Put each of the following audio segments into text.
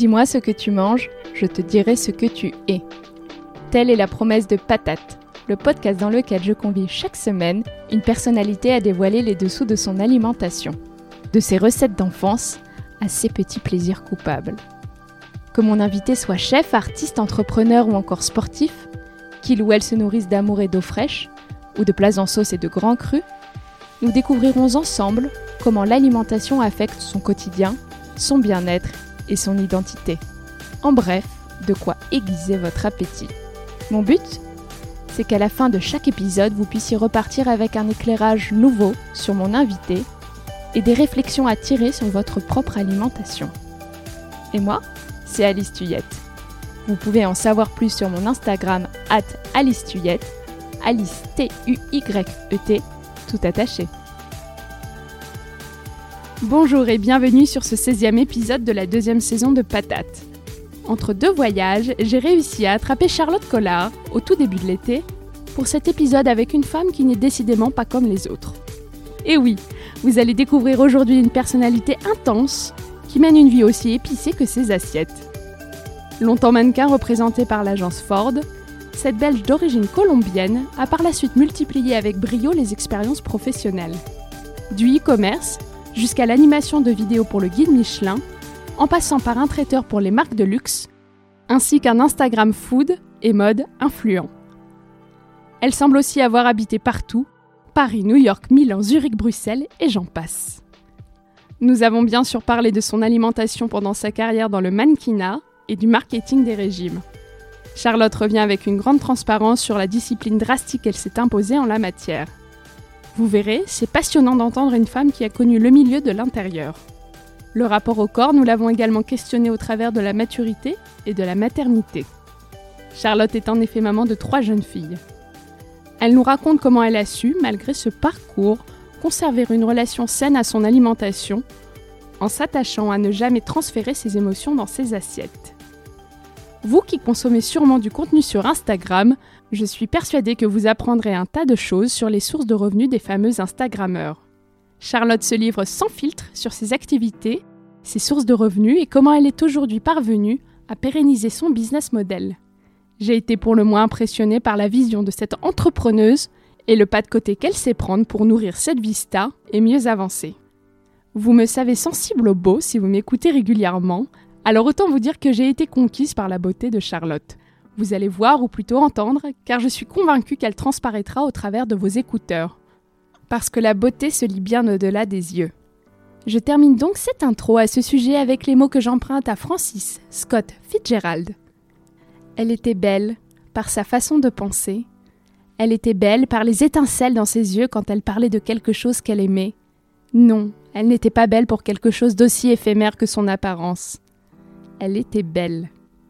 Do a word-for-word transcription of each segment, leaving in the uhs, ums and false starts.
Dis-moi ce que tu manges, je te dirai ce que tu es. Telle est la promesse de Patate, le podcast dans lequel je convie chaque semaine une personnalité à dévoiler les dessous de son alimentation, de ses recettes d'enfance à ses petits plaisirs coupables. Que mon invité soit chef, artiste, entrepreneur ou encore sportif, qu'il ou elle se nourrisse d'amour et d'eau fraîche, ou de plats en sauce et de grands crus, nous découvrirons ensemble comment l'alimentation affecte son quotidien, son bien-être et son identité. En bref, de quoi aiguiser votre appétit. Mon but ? C'est qu'à la fin de chaque épisode, vous puissiez repartir avec un éclairage nouveau sur mon invité et des réflexions à tirer sur votre propre alimentation. Et moi, c'est Alice Tuyette. Vous pouvez en savoir plus sur mon Instagram arobase Alice Tuyette, Alice T U Y E T, tout attaché. Bonjour et bienvenue sur ce seizième épisode de la deuxième saison de Patate. Entre deux voyages, j'ai réussi à attraper Charlotte Collard, au tout début de l'été, pour cet épisode avec une femme qui n'est décidément pas comme les autres. Et oui, vous allez découvrir aujourd'hui une personnalité intense qui mène une vie aussi épicée que ses assiettes. Longtemps mannequin représenté par l'agence Ford, cette Belge d'origine colombienne a par la suite multiplié avec brio les expériences professionnelles. Du e-commerce jusqu'à l'animation de vidéos pour le guide Michelin, en passant par un traiteur pour les marques de luxe, ainsi qu'un Instagram food et mode influent. Elle semble aussi avoir habité partout, Paris, New York, Milan, Zurich, Bruxelles et j'en passe. Nous avons bien sûr parlé de son alimentation pendant sa carrière dans le mannequinat et du marketing des régimes. Charlotte revient avec une grande transparence sur la discipline drastique qu'elle s'est imposée en la matière. Vous verrez, c'est passionnant d'entendre une femme qui a connu le milieu de l'intérieur. Le rapport au corps, nous l'avons également questionné au travers de la maturité et de la maternité. Charlotte est en effet maman de trois jeunes filles. Elle nous raconte comment elle a su, malgré ce parcours, conserver une relation saine à son alimentation, en s'attachant à ne jamais transférer ses émotions dans ses assiettes. Vous qui consommez sûrement du contenu sur Instagram, je suis persuadée que vous apprendrez un tas de choses sur les sources de revenus des fameux Instagrammeurs. Charlotte se livre sans filtre sur ses activités, ses sources de revenus et comment elle est aujourd'hui parvenue à pérenniser son business model. J'ai été pour le moins impressionnée par la vision de cette entrepreneuse et le pas de côté qu'elle sait prendre pour nourrir cette vista et mieux avancer. Vous me savez sensible au beau si vous m'écoutez régulièrement, alors autant vous dire que j'ai été conquise par la beauté de Charlotte. Vous allez voir ou plutôt entendre, car je suis convaincue qu'elle transparaîtra au travers de vos écouteurs. Parce que la beauté se lit bien au-delà des yeux. Je termine donc cette intro à ce sujet avec les mots que j'emprunte à Francis Scott Fitzgerald. Elle était belle par sa façon de penser. Elle était belle par les étincelles dans ses yeux quand elle parlait de quelque chose qu'elle aimait. Non, elle n'était pas belle pour quelque chose d'aussi éphémère que son apparence. Elle était belle.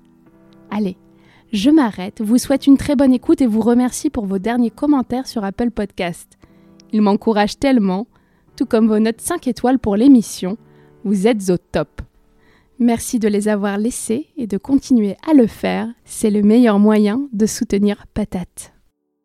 Allez, je m'arrête, vous souhaite une très bonne écoute et vous remercie pour vos derniers commentaires sur Apple Podcast. Ils m'encouragent tellement, tout comme vos notes cinq étoiles pour l'émission. Vous êtes au top. Merci de les avoir laissés et de continuer à le faire. C'est le meilleur moyen de soutenir Patate.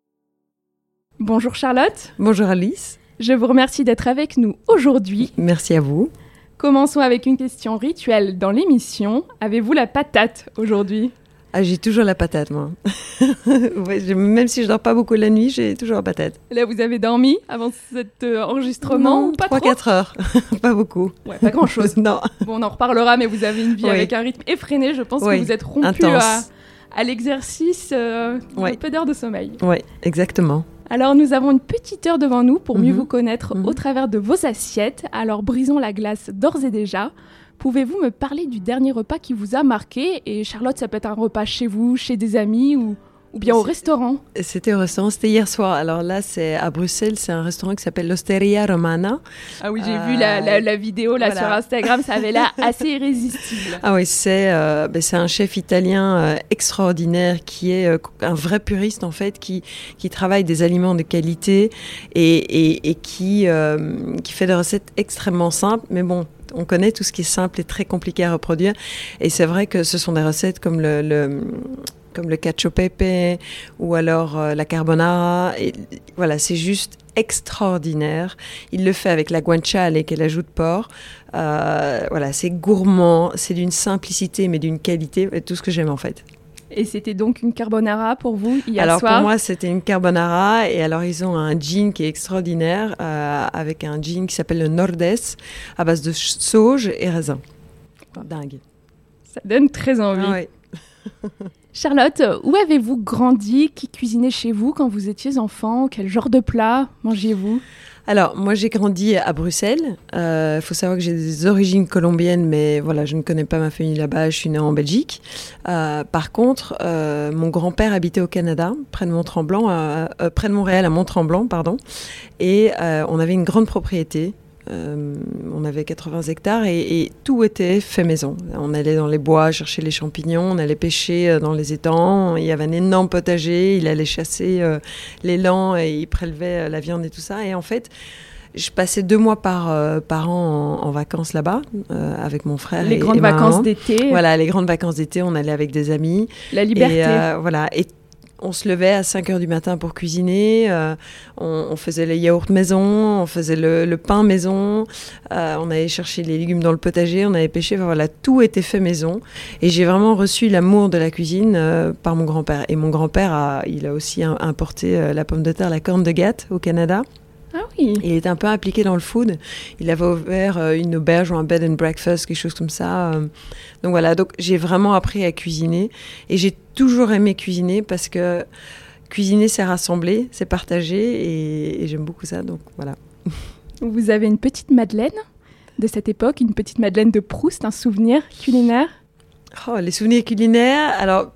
Bonjour Charlotte. Bonjour Alice. Je vous remercie d'être avec nous aujourd'hui. Merci à vous. Commençons avec une question rituelle dans l'émission. Avez-vous la patate aujourd'hui ? Ah, j'ai toujours la patate, moi. Ouais, je, même si je dors pas beaucoup la nuit, j'ai toujours la patate. Là, vous avez dormi avant cet euh, enregistrement non, ou pas trois à quatre heures. Pas beaucoup. Ouais, pas grand-chose. Non. Bon, on en reparlera, mais vous avez une vie oui. avec un rythme effréné. Je pense oui. que vous êtes rompu à, à l'exercice, euh, oui. un peu d'heures de sommeil. Oui, exactement. Alors, nous avons une petite heure devant nous pour mieux mm-hmm. vous connaître mm-hmm. au travers de vos assiettes. Alors, brisons la glace d'ores et déjà. Pouvez-vous me parler du dernier repas qui vous a marqué ? Et Charlotte, ça peut être un repas chez vous, chez des amis ou, ou bien au restaurant ? C'était au restaurant, c'était hier soir. Alors là, c'est à Bruxelles, c'est un restaurant qui s'appelle l'Osteria Romana. Ah oui, j'ai euh, vu la, la, la vidéo là voilà. sur Instagram, ça avait l'air assez irrésistible. Ah oui, c'est, euh, ben, c'est un chef italien euh, extraordinaire qui est euh, un vrai puriste en fait, qui, qui travaille des aliments de qualité et, et, et qui, euh, qui fait des recettes extrêmement simples, mais bon, on connaît tout ce qui est simple et très compliqué à reproduire. Et c'est vrai que ce sont des recettes comme le, le comme le cacio e pepe ou alors euh, la carbonara. Et voilà, c'est juste extraordinaire. Il le fait avec la guanciale qui est l'ajout de porc. Euh, voilà, c'est gourmand, c'est d'une simplicité mais d'une qualité, tout ce que j'aime en fait. Et c'était donc une carbonara pour vous hier alors soir? Pour moi, c'était une carbonara. Et alors, ils ont un gin qui est extraordinaire, euh, avec un gin qui s'appelle le Nordes, à base de sauge et raisin. Dingue. Ça donne très envie. Ah ouais. Charlotte, où avez-vous grandi? Qui cuisinait chez vous quand vous étiez enfant? Quel genre de plat mangiez-vous? Alors, moi, j'ai grandi à Bruxelles. Il euh, faut savoir que j'ai des origines colombiennes, mais voilà, je ne connais pas ma famille là-bas. Je suis née en Belgique. Euh, par contre, euh, mon grand-père habitait au Canada, près de Mont-Tremblant, euh, euh, près de Montréal, à Mont-Tremblant, pardon. Et euh, on avait une grande propriété. Euh, on avait quatre-vingts hectares et, et tout était fait maison. On allait dans les bois chercher les champignons, on allait pêcher dans les étangs. Il y avait un énorme potager, il allait chasser euh, l'élan et il prélevait euh, la viande et tout ça. Et en fait, je passais deux mois par, euh, par an en, en vacances là-bas euh, avec mon frère. Les et, grandes et vacances d'été. Voilà, les grandes vacances d'été, on allait avec des amis. La liberté. Et, euh, voilà. Et on se levait à cinq heures du matin pour cuisiner, euh, on, on faisait les yaourts maison, on faisait le, le pain maison, euh, on allait chercher les légumes dans le potager, on allait pêcher, enfin, voilà, tout était fait maison. Et j'ai vraiment reçu l'amour de la cuisine euh, par mon grand-père. Et mon grand-père, a, il a aussi importé euh, la pomme de terre, la corne de Gâte au Canada. Ah oui. Il était un peu impliqué dans le food. Il avait ouvert euh, une auberge ou un bed and breakfast, quelque chose comme ça. Euh. Donc voilà, donc j'ai vraiment appris à cuisiner. Et j'ai toujours aimé cuisiner parce que cuisiner, c'est rassembler, c'est partager. Et, et j'aime beaucoup ça, donc voilà. Vous avez une petite Madeleine de cette époque, une petite Madeleine de Proust, un souvenir culinaire? Oh, les souvenirs culinaires, alors...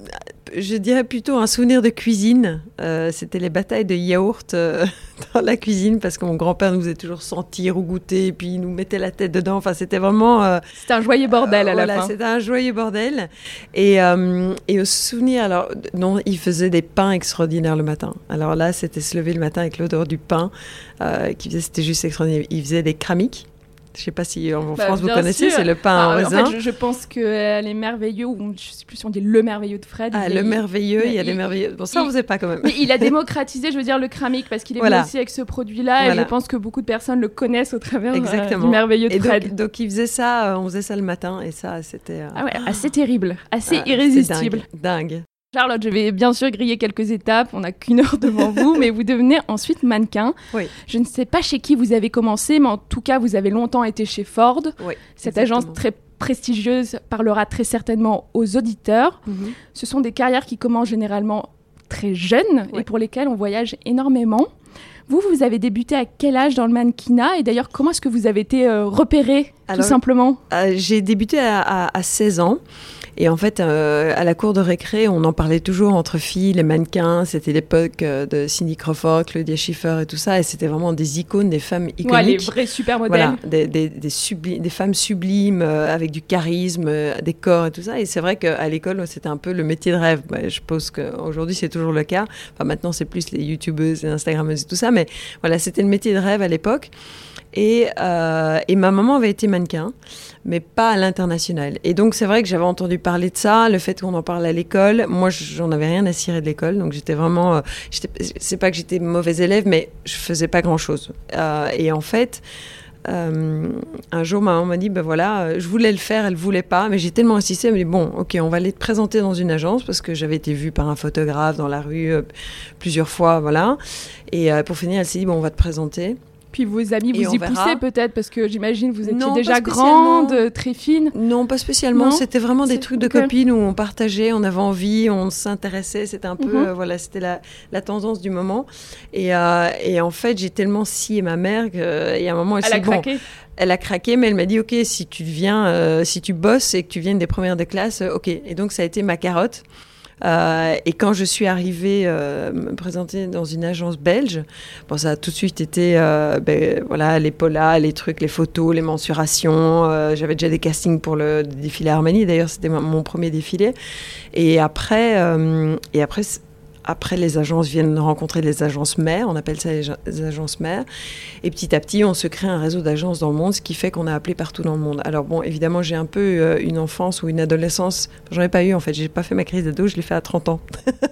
Je dirais plutôt un souvenir de cuisine. Euh, c'était les batailles de yaourt euh, dans la cuisine parce que mon grand-père nous faisait toujours sentir ou goûter et puis il nous mettait la tête dedans. Enfin, c'était vraiment... Euh, c'était un joyeux bordel euh, à la voilà, fin. C'était un joyeux bordel. Et, euh, et au souvenir, alors, non, il faisait des pains extraordinaires le matin. Alors là, c'était se lever le matin avec l'odeur du pain. Euh, qui faisait, c'était juste extraordinaire. Il faisait des kramiques. Je ne sais pas si en bah, France vous connaissez, sûr. C'est le pain bah, en raisin. En fait, je, je pense qu'elle est merveilleuse, ou je ne sais plus si on dit le merveilleux de Fred. Ah, il le est, merveilleux, il, il y a il, des merveilleux. Bon, ça, il, on ne faisait pas quand même. Mais il a démocratisé, je veux dire, le kramique, parce qu'il est voilà. venu aussi avec ce produit-là, voilà. Et je pense que beaucoup de personnes le connaissent au travers euh, du merveilleux de et Fred. Donc, donc, il faisait ça, on faisait ça le matin, et ça, c'était... Euh... Ah ouais, assez terrible, assez ah, irrésistible. Dingue, dingue. Charlotte, je vais bien sûr griller quelques étapes, on n'a qu'une heure devant vous, mais vous devenez ensuite mannequin. Oui. Je ne sais pas chez qui vous avez commencé, mais en tout cas, vous avez longtemps été chez Ford. Oui, Cette exactement. agence très prestigieuse parlera très certainement aux auditeurs. Mm-hmm. Ce sont des carrières qui commencent généralement très jeunes oui. et pour lesquelles on voyage énormément. Vous, vous avez débuté à quel âge dans le mannequinat? Et d'ailleurs, comment est-ce que vous avez été euh, repérée, tout simplement? euh, J'ai débuté à, à, à seize ans. Et en fait, euh, à la cour de récré, on en parlait toujours entre filles, les mannequins. C'était l'époque euh, de Cindy Crawford, Claudia Schiffer et tout ça. Et c'était vraiment des icônes, des femmes iconiques. Ouais, les vrais supermodèles. Voilà, des, des, des, subli- des femmes sublimes, euh, avec du charisme, euh, des corps et tout ça. Et c'est vrai qu'à l'école, c'était un peu le métier de rêve. Bah, je pense qu'aujourd'hui, c'est toujours le cas. Enfin, maintenant, c'est plus les youtubeuses, les instagrammeuses et tout ça. Mais voilà, c'était le métier de rêve à l'époque. Et, euh, et ma maman avait été mannequin, mais pas à l'international. Et donc, c'est vrai que j'avais entendu parler de ça, le fait qu'on en parle à l'école. Moi, j'en avais rien à cirer de l'école, donc j'étais vraiment... Euh, j'étais, c'est pas que j'étais mauvaise élève, mais je faisais pas grand-chose. Euh, et en fait... Euh, un jour, ma maman m'a dit, ben voilà, je voulais le faire, elle voulait pas, mais j'ai tellement insisté, elle m'a dit, bon, ok, on va aller te présenter dans une agence, parce que j'avais été vue par un photographe dans la rue euh, plusieurs fois, voilà. Et euh, pour finir, elle s'est dit, bon, on va te présenter. Puis vos amis vous y poussaient peut-être, parce que j'imagine vous étiez non, déjà grande, très fine. Non, pas spécialement. Non, c'était vraiment des trucs de okay. copines où on partageait, on avait envie, on s'intéressait. C'était un peu, mm-hmm. euh, voilà, c'était la, la tendance du moment. Et, euh, et en fait, j'ai tellement scié ma mère qu'il euh, y a un moment, elle, elle s'est a dit, craqué. Bon, elle a craqué, mais elle m'a dit, ok, si tu viens, euh, si tu bosses et que tu viennes des premières de classe, euh, ok. Et donc, ça a été ma carotte. Euh, et quand je suis arrivée euh, me présenter dans une agence belge, bon, ça a tout de suite été euh, ben, voilà, les polas, les trucs, les photos, les mensurations. Euh, j'avais déjà des castings pour le défilé Armani. D'ailleurs, c'était mon premier défilé. Et après, euh, et après Après, les agences viennent rencontrer les agences mères, on appelle ça les, les agences mères. Et petit à petit, on se crée un réseau d'agences dans le monde, ce qui fait qu'on a appelé partout dans le monde. Alors bon, évidemment, j'ai un peu euh, une enfance ou une adolescence. J'en ai pas eu, en fait. J'ai pas fait ma crise d'ado, je l'ai fait à trente ans.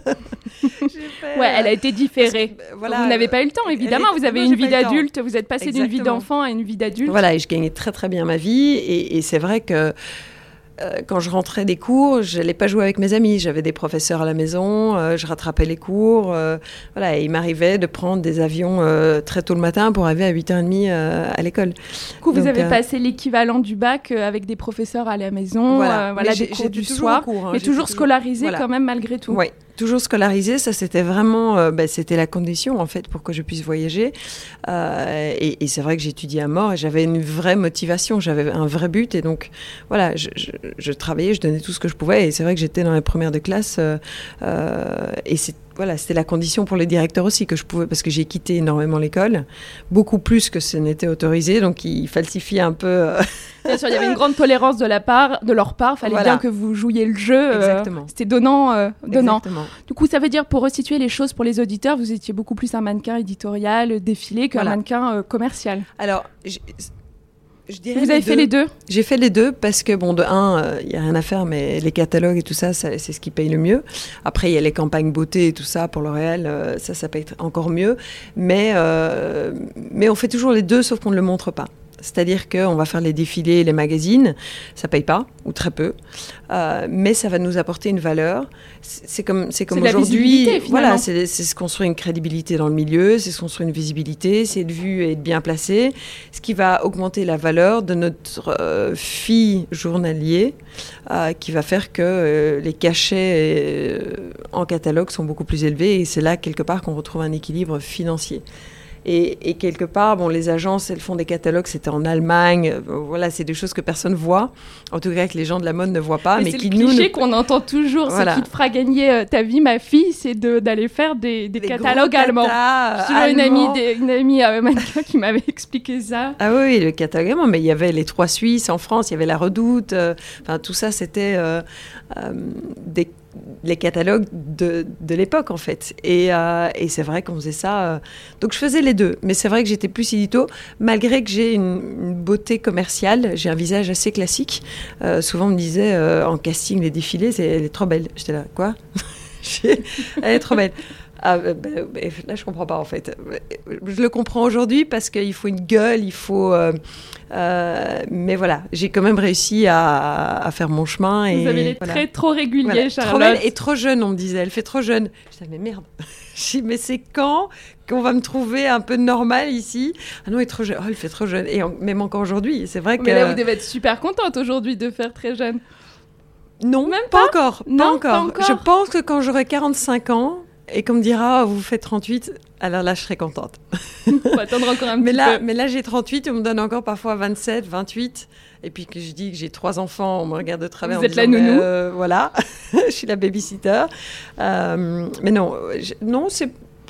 fait, ouais, elle a été différée. Que, voilà, vous n'avez pas eu le temps, évidemment. Vous avez non, une vie d'adulte. Vous êtes passé d'une vie d'enfant à une vie d'adulte. Voilà, et je gagnais très, très bien ma vie. Et, et c'est vrai que quand je rentrais des cours, je n'allais pas jouer avec mes amis. J'avais des professeurs à la maison, euh, je rattrapais les cours. Euh, voilà, et il m'arrivait de prendre des avions euh, très tôt le matin pour arriver à huit heures trente euh, à l'école. Du coup, Donc, vous avez euh, passé l'équivalent du bac euh, avec des professeurs à la maison, voilà, euh, voilà des cours du soir, cours, hein, mais toujours scolarisé voilà. quand même malgré tout. Oui. Toujours scolarisé, ça c'était vraiment, euh, bah, c'était la condition en fait pour que je puisse voyager. Euh, et, et c'est vrai que j'étudiais à mort et j'avais une vraie motivation, j'avais un vrai but et donc voilà, je, je, je travaillais, je donnais tout ce que je pouvais et c'est vrai que j'étais dans les premières de classe euh, euh, et c'est Voilà, c'était la condition pour les directeurs aussi que je pouvais, parce que j'ai quitté énormément l'école, beaucoup plus que ce n'était autorisé, donc ils falsifiaient un peu. Euh... Bien sûr, il y avait une grande tolérance de la part, de leur part. Il fallait voilà. bien que vous jouiez le jeu. Exactement. Euh, c'était donnant, euh, donnant. Exactement. Du coup, ça veut dire, pour resituer les choses pour les auditeurs, vous étiez beaucoup plus un mannequin éditorial, défilé, qu'un voilà. mannequin euh, commercial. Alors. J'ai... Je dirais vous avez les fait les deux ? J'ai fait les deux parce que, bon, de un, il euh, n'y a rien à faire, mais les catalogues et tout ça, ça, c'est ce qui paye le mieux. Après, il y a les campagnes beauté et tout ça pour L'Oréal, euh, ça, ça paye encore mieux. Mais, euh, mais on fait toujours les deux, sauf qu'on ne le montre pas. C'est-à-dire qu'on va faire les défilés, les magazines, ça ne paye pas, ou très peu, euh, mais ça va nous apporter une valeur. C'est comme, c'est comme c'est aujourd'hui, voilà, c'est, c'est se construire une crédibilité dans le milieu, c'est se construire une visibilité, c'est être vu et être bien placé, ce qui va augmenter la valeur de notre euh, fille journalier, euh, qui va faire que euh, les cachets euh, en catalogue sont beaucoup plus élevés, et c'est là, quelque part, qu'on retrouve un équilibre financier. Et, et quelque part, bon, les agences, elles font des catalogues, c'était en Allemagne, euh, voilà, c'est des choses que personne voit, en tout cas que les gens de la mode ne voient pas. Mais, mais c'est qui le cliché nous, qu'on entend toujours, voilà. Ce qui te fera gagner euh, ta vie, ma fille, c'est de, d'aller faire des, des, des catalogues allemands. J'ai toujours une amie, des, une amie euh, mannequin qui m'avait expliqué ça. Ah oui, le catalogue allemand, mais il y avait les Trois Suisses en France, il y avait la Redoute, euh, enfin tout ça, c'était euh, euh, des les catalogues de, de l'époque en fait et, euh, et c'est vrai qu'on faisait ça euh... donc je faisais les deux, mais c'est vrai que j'étais plus édito malgré que j'ai une, une beauté commerciale, j'ai un visage assez classique, euh, souvent on me disait euh, en casting les défilés, c'est, elle est trop belle, j'étais là quoi elle est trop belle. Ah, ben, ben, là, je comprends pas en fait. Je le comprends aujourd'hui parce qu'il faut une gueule, il faut. Euh, euh, mais voilà, j'ai quand même réussi à, à faire mon chemin. Et, vous avez les voilà. traits trop réguliers, voilà. Charlotte. Trop belle et trop jeune, on me disait. Elle fait trop jeune. Je disais, mais merde. Je dis, mais c'est quand qu'on va me trouver un peu normal ici ? Ah non, elle est trop jeune. Oh, elle fait trop jeune. Et en, même encore aujourd'hui, c'est vrai que. Mais là, vous devez être super contente aujourd'hui de faire très jeune. Non, même pas, pas encore. Non, pas encore. Pas encore. Je pense que quand j'aurai quarante-cinq ans. Et qu'on me dira, oh, vous faites trente-huit, alors là, je serai contente. On va attendre encore un mais petit là, peu. Mais là, j'ai trente-huit, on me donne encore parfois vingt-sept, vingt-huit. Et puis que je dis que j'ai trois enfants, on me regarde de travers. Vous en êtes disant, la nounou. euh, Voilà, je suis la babysitter. Euh, mais non, je, non, c'est...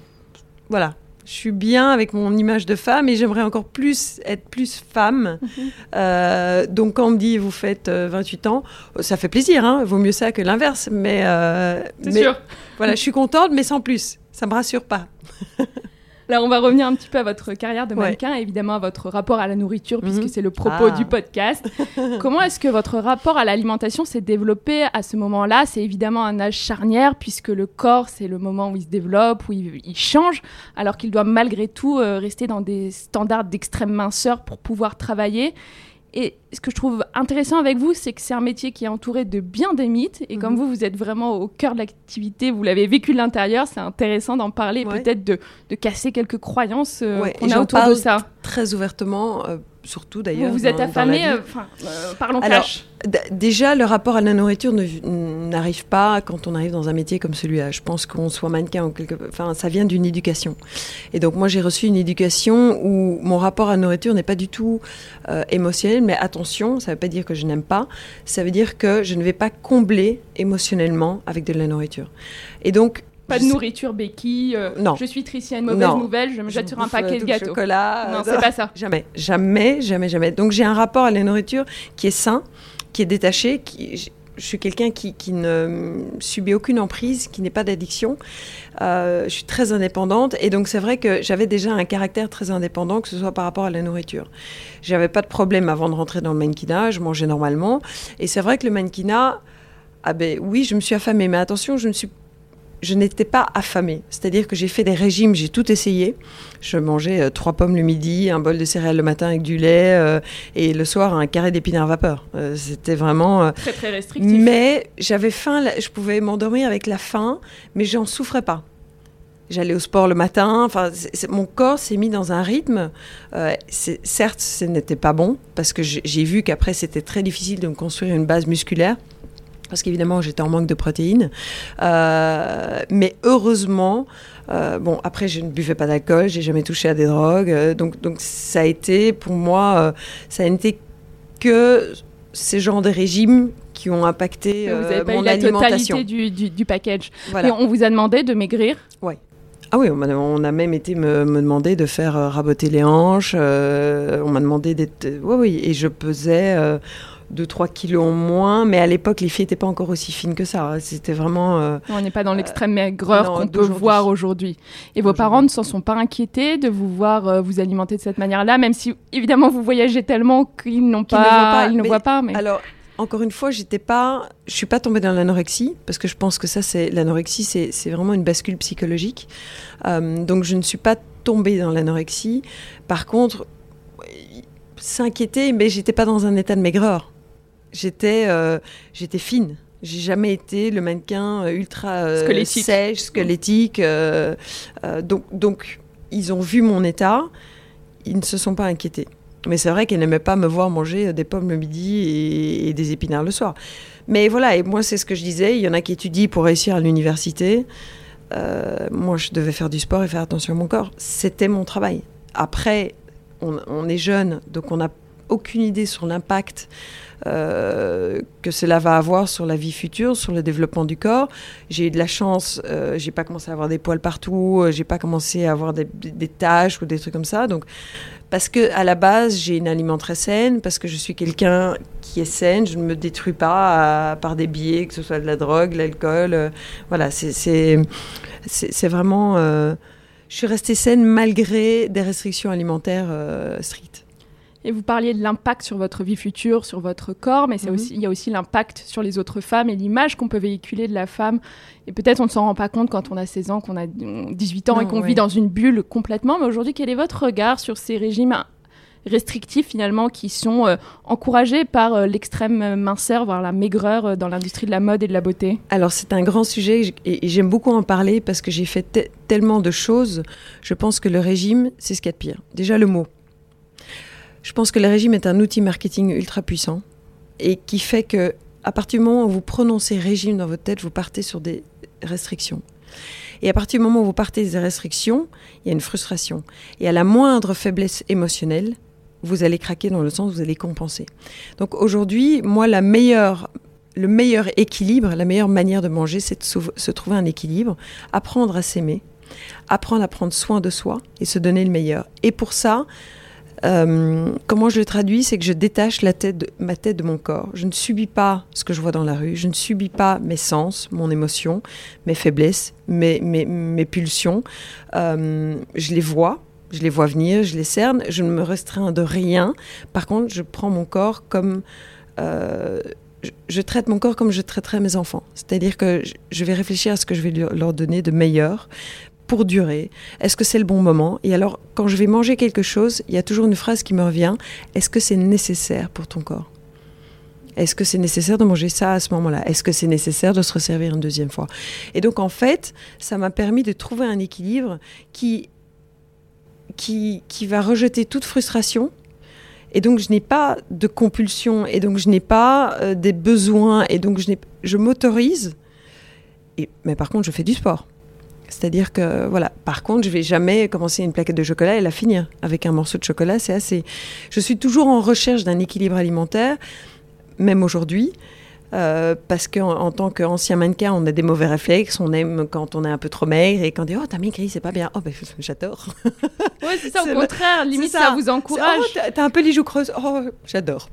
Voilà. Je suis bien avec mon image de femme et j'aimerais encore plus être plus femme. Mm-hmm. Euh, donc, quand on me dit vous faites euh, vingt-huit ans, ça fait plaisir. Hein, vaut mieux ça que l'inverse. Mais, euh, C'est mais sûr. Voilà, je suis contente, mais sans plus. Ça me rassure pas. Alors, on va revenir un petit peu à votre carrière de mannequin, ouais. évidemment à votre rapport à la nourriture, mm-hmm. puisque c'est le propos ah. du podcast. Comment est-ce que votre rapport à l'alimentation s'est développé à ce moment-là ? C'est évidemment un âge charnière, puisque le corps, c'est le moment où il se développe, où il, il change, alors qu'il doit malgré tout euh, rester dans des standards d'extrême minceur pour pouvoir travailler. Et ce que je trouve intéressant avec vous, c'est que c'est un métier qui est entouré de bien des mythes. Et mmh. comme vous, vous êtes vraiment au cœur de l'activité, vous l'avez vécu de l'intérieur, c'est intéressant d'en parler, ouais. peut-être de, de casser quelques croyances euh, ouais. qu'on a autour de ça. Très ouvertement, euh, surtout d'ailleurs. Vous, vous êtes dans, affamé, dans euh, euh, parlons Alors, cash. D- déjà, le rapport à la nourriture ne, n'arrive pas quand on arrive dans un métier comme celui-là. Je pense qu'on soit mannequin ou quelque... Enfin, ça vient d'une éducation. Et donc, moi, j'ai reçu une éducation où mon rapport à la nourriture n'est pas du tout euh, émotionnel, mais attention, ça ne veut pas dire que je n'aime pas. Ça veut dire que je ne vais pas combler émotionnellement avec de la nourriture. Et donc, pas de nourriture béquille, euh, non. Je suis Tricia, une mauvaise non. nouvelle, je me jette je sur un paquet de gâteaux. Chocolat, non, euh, c'est pas ça. Jamais, jamais, jamais, jamais. Donc j'ai un rapport à la nourriture qui est sain, qui est détaché, qui, je suis quelqu'un qui, qui ne subit aucune emprise, qui n'est pas d'addiction. Euh, je suis très indépendante et donc c'est vrai que j'avais déjà un caractère très indépendant, que ce soit par rapport à la nourriture. J'avais pas de problème avant de rentrer dans le mannequinat, je mangeais normalement. Et c'est vrai que le mannequinat, ah ben oui, je me suis affamée, mais attention, je ne suis Je n'étais pas affamée, c'est-à-dire que j'ai fait des régimes, j'ai tout essayé. Je mangeais euh, trois pommes le midi, un bol de céréales le matin avec du lait euh, et le soir un carré d'épinards vapeur. Euh, c'était vraiment... Euh, très très restrictif. Mais j'avais faim, je pouvais m'endormir avec la faim, mais j'en souffrais pas. J'allais au sport le matin, enfin, c'est, c'est, mon corps s'est mis dans un rythme. Euh, c'est, certes, ce n'était pas bon, parce que j'ai, j'ai vu qu'après c'était très difficile de me construire une base musculaire. Parce qu'évidemment, j'étais en manque de protéines. Euh, mais heureusement, euh, bon, après, je ne buvais pas d'alcool, j'ai jamais touché à des drogues. Euh, donc, donc, ça a été, pour moi, euh, ça n'a été que ces genres de régimes qui ont impacté euh, vous n'avez pas mon eu la alimentation. totalité du, du, du package. Voilà. Et on vous a demandé de maigrir. Oui. Ah oui, on, m'a, on a même été me, me demander de faire euh, raboter les hanches. Euh, on m'a demandé d'être... Oui, oui, et je pesais... Euh, deux à trois kilos en moins, mais à l'époque, les filles n'étaient pas encore aussi fines que ça. C'était vraiment... Euh, on n'est pas dans l'extrême maigreur non, qu'on peut voir aujourd'hui. Et vos parents ne s'en sont pas inquiétés de vous voir euh, vous alimenter de cette manière-là, même si, évidemment, vous voyagez tellement qu'ils n'ont pas, qu'ils ne voient pas. Ils ne mais, voient pas mais... Alors, encore une fois, j'étais pas... je ne suis pas tombée dans l'anorexie, parce que je pense que ça, c'est... l'anorexie, c'est, c'est vraiment une bascule psychologique. Euh, donc, je ne suis pas tombée dans l'anorexie. Par contre, s'inquiéter, mais je n'étais pas dans un état de maigreur. J'étais, euh, j'étais fine. J'ai jamais été le mannequin ultra euh, squelettique. sèche, squelettique. Euh, euh, donc, donc, ils ont vu mon état. Ils ne se sont pas inquiétés. Mais c'est vrai qu'ils n'aimaient pas me voir manger des pommes le midi et, et des épinards le soir. Mais voilà, et moi, c'est ce que je disais. Il y en a qui étudient pour réussir à l'université. Euh, moi, je devais faire du sport et faire attention à mon corps. C'était mon travail. Après, on, on est jeune, donc on n'a aucune idée sur l'impact Euh, que cela va avoir sur la vie future, sur le développement du corps. J'ai eu de la chance, euh, j'ai pas commencé à avoir des poils partout, euh, j'ai pas commencé à avoir des, des taches ou des trucs comme ça. Donc, parce que à la base, j'ai une alimentation très saine, parce que je suis quelqu'un qui est saine, je ne me détruis pas à, par des biais, que ce soit de la drogue, l'alcool. Euh, voilà, c'est, c'est, c'est, c'est vraiment... Euh, je suis restée saine malgré des restrictions alimentaires euh, strictes. Et vous parliez de l'impact sur votre vie future, sur votre corps, mais c'est mm-hmm. aussi, il y a aussi l'impact sur les autres femmes et l'image qu'on peut véhiculer de la femme. Et peut-être on ne s'en rend pas compte quand on a seize ans, qu'on a dix-huit ans non, et qu'on ouais. vit dans une bulle complètement. Mais aujourd'hui, quel est votre regard sur ces régimes restrictifs finalement qui sont euh, encouragés par euh, l'extrême minceur, voire la maigreur euh, dans l'industrie de la mode et de la beauté? Alors c'est un grand sujet et, et j'aime beaucoup en parler parce que j'ai fait te- tellement de choses. Je pense que le régime, c'est ce qu'il y a de pire. Déjà le mot. Je pense que le régime est un outil marketing ultra puissant et qui fait que, à partir du moment où vous prononcez régime dans votre tête, vous partez sur des restrictions. Et à partir du moment où vous partez des restrictions, il y a une frustration. Et à la moindre faiblesse émotionnelle, vous allez craquer dans le sens où vous allez compenser. Donc aujourd'hui, moi, la meilleure, le meilleur équilibre, la meilleure manière de manger, c'est de se, se trouver un équilibre, apprendre à s'aimer, apprendre à prendre soin de soi et se donner le meilleur. Et pour ça... Euh, comment je le traduis, c'est que je détache la tête de, ma tête de mon corps. Je ne subis pas ce que je vois dans la rue, je ne subis pas mes sens, mon émotion, mes faiblesses, mes, mes, mes pulsions. Euh, je les vois, je les vois venir, je les cerne, je ne me restreins de rien. Par contre, je prends mon corps comme... Euh, je, je traite mon corps comme je traiterais mes enfants. C'est-à-dire que je, je vais réfléchir à ce que je vais leur donner de meilleur, pour durer. Est-ce que c'est le bon moment? Et alors, quand je vais manger quelque chose, il y a toujours une phrase qui me revient. Est-ce que c'est nécessaire pour ton corps? Est-ce que c'est nécessaire de manger ça à ce moment-là? Est-ce que c'est nécessaire de se resservir une deuxième fois? Et donc, en fait, ça m'a permis de trouver un équilibre qui, qui, qui va rejeter toute frustration. Et donc, je n'ai pas de compulsion. Et donc, je n'ai pas euh, des besoins. Et donc, je, n'ai, je m'autorise. Et, mais par contre, je fais du sport. C'est-à-dire que, voilà, par contre, je ne vais jamais commencer une plaquette de chocolat et la finir. Avec un morceau de chocolat, c'est assez. Je suis toujours en recherche d'un équilibre alimentaire, même aujourd'hui. Euh, parce qu'en en tant qu'ancien mannequin, on a des mauvais réflexes, on aime quand on est un peu trop maigre et quand on dit « Oh, t'as maigri, c'est pas bien. » Oh, ben, j'adore. Ouais, c'est ça, au c'est contraire, le... limite ça. ça vous encourage. Oh, t'as, t'as un peu les joues creuses. Oh, j'adore.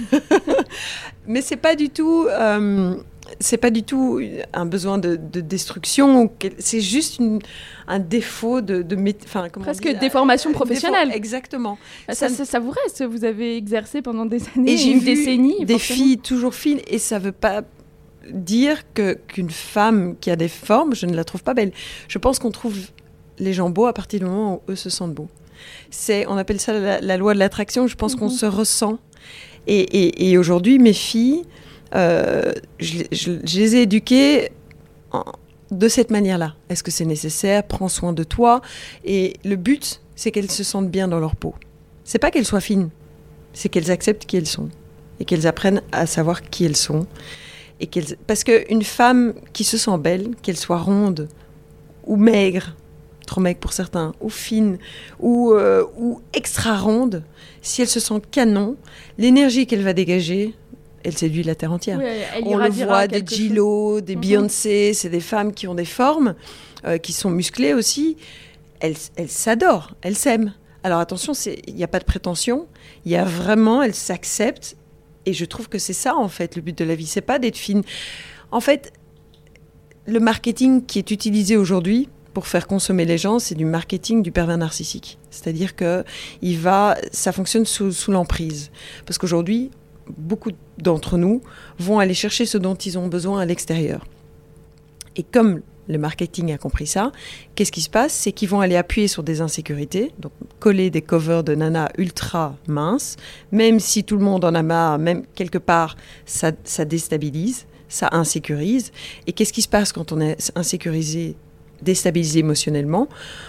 Mais c'est pas du tout... Euh, c'est pas du tout un besoin de, de destruction, c'est juste une, un défaut de... de enfin, comment Presque on dit, déformation professionnelle. Défor- exactement. Ça, ça, ça vous reste, vous avez exercé pendant des années, et j'ai une vu décennie. Des forcément. filles toujours fines, et ça veut pas dire que, qu'une femme qui a des formes, je ne la trouve pas belle. Je pense qu'on trouve les gens beaux à partir du moment où eux se sentent beaux. C'est, on appelle ça la, la loi de l'attraction, je pense mm-hmm. qu'on se ressent. Et, et, et aujourd'hui, mes filles... Euh, je, je, je les ai éduquées en, de cette manière-là. Est-ce que c'est nécessaire ? Prends soin de toi. Et le but, c'est qu'elles se sentent bien dans leur peau. C'est pas qu'elles soient fines, c'est qu'elles acceptent qui elles sont et qu'elles apprennent à savoir qui elles sont. Et qu'elles... Parce qu'une femme qui se sent belle, qu'elle soit ronde ou maigre, trop maigre pour certains, ou fine, ou, euh, ou extra ronde, si elle se sent canon, l'énergie qu'elle va dégager... elle séduit la terre entière. Oui, on le voit, des J-Lo, des mm-hmm. Beyoncé, c'est des femmes qui ont des formes, euh, qui sont musclées aussi. Elles, elles s'adorent, elles s'aiment. Alors attention, il n'y a pas de prétention, il y a vraiment, elles s'acceptent. Et je trouve que c'est ça, en fait, le but de la vie. C'est pas d'être fine. En fait, le marketing qui est utilisé aujourd'hui pour faire consommer les gens, c'est du marketing du pervers narcissique. C'est-à-dire que il va, ça fonctionne sous, sous l'emprise. Parce qu'aujourd'hui, beaucoup d'entre nous vont aller chercher ce dont ils ont besoin à l'extérieur. Et comme le marketing a compris ça, qu'est-ce qui se passe ? C'est qu'ils vont aller appuyer sur des insécurités, donc coller des covers de nanas ultra minces, même si tout le monde en a marre, même quelque part, ça, ça déstabilise, ça insécurise. Et qu'est-ce qui se passe quand on est insécurisé, déstabilisé émotionnellement ?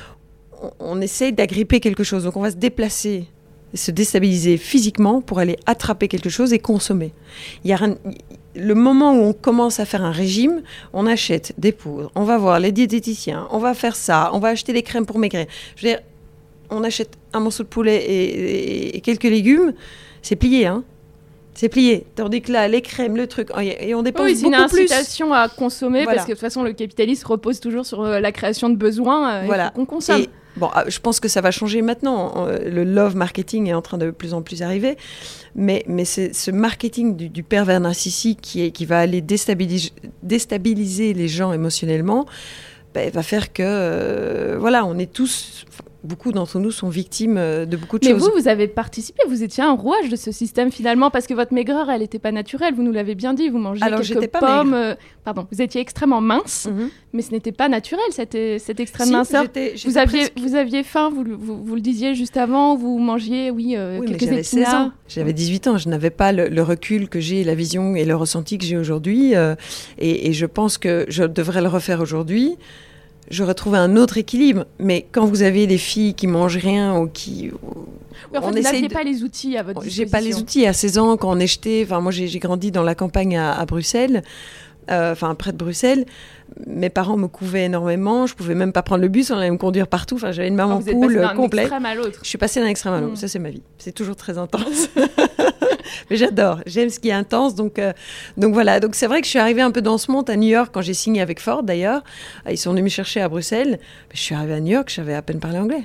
On, on essaie d'agripper quelque chose, donc on va se déplacer, se déstabiliser physiquement pour aller attraper quelque chose et consommer. Il y a rien, le moment où on commence à faire un régime, on achète des poudres, on va voir les diététiciens, on va faire ça, on va acheter des crèmes pour maigrir. Je veux dire, on achète un morceau de poulet et, et, et quelques légumes, c'est plié, hein. C'est plié. Tandis que là, les crèmes, le truc, et on dépense oui, beaucoup plus. C'est une incitation à consommer, voilà. Parce que de toute façon, le capitalisme repose toujours sur la création de besoins. Euh, voilà. Il faut qu'on consomme. Et, bon, je pense que ça va changer maintenant. Le love marketing est en train de plus en plus arriver. Mais, mais c'est ce marketing du, du pervers narcissique qui, est, qui va aller déstabiliser, déstabiliser les gens émotionnellement, ben, va faire que, euh, voilà, on est tous... Beaucoup d'entre nous sont victimes de beaucoup de Mais choses. Mais vous, vous avez participé, vous étiez un rouage de ce système finalement, parce que votre maigreur, elle n'était pas naturelle, vous nous l'avez bien dit, vous mangez Alors, quelques j'étais pas pommes. Maigre. Euh, pardon, vous étiez extrêmement mince, mm-hmm. mais ce n'était pas naturel, cette, cette extrême si, minceur. J'étais, j'étais vous, aviez, presque... vous aviez faim, vous, vous, vous le disiez juste avant, vous mangiez, oui, euh, oui quelques mais j'avais épinards. seize ans, j'avais dix-huit ans, je n'avais pas le, le recul que j'ai, la vision et le ressenti que j'ai aujourd'hui, euh, et, et je pense que je devrais le refaire aujourd'hui. J'aurais trouvé un autre équilibre. Mais quand vous avez des filles qui mangent rien ou qui... Oui, en fait, on vous n'aviez de... pas les outils à votre disposition. J'ai pas les outils. À seize ans, quand on est jeté... Enfin, moi, j'ai, j'ai grandi dans la campagne à, à Bruxelles, euh, enfin, près de Bruxelles. Mes parents me couvaient énormément. Je pouvais même pas prendre le bus, on allait me conduire partout. Enfin, j'avais une maman oh, poule complète. D'un extrême à l'autre. Je suis passée d'un extrême à l'autre. Mmh. Ça, c'est ma vie. C'est toujours très intense. Mais j'adore, j'aime ce qui est intense, donc, euh, donc voilà. Donc c'est vrai que je suis arrivée un peu dans ce monde à New York quand j'ai signé avec Ford d'ailleurs. Ils sont venus me chercher à Bruxelles. Je suis arrivée à New York, je savais à peine parler anglais.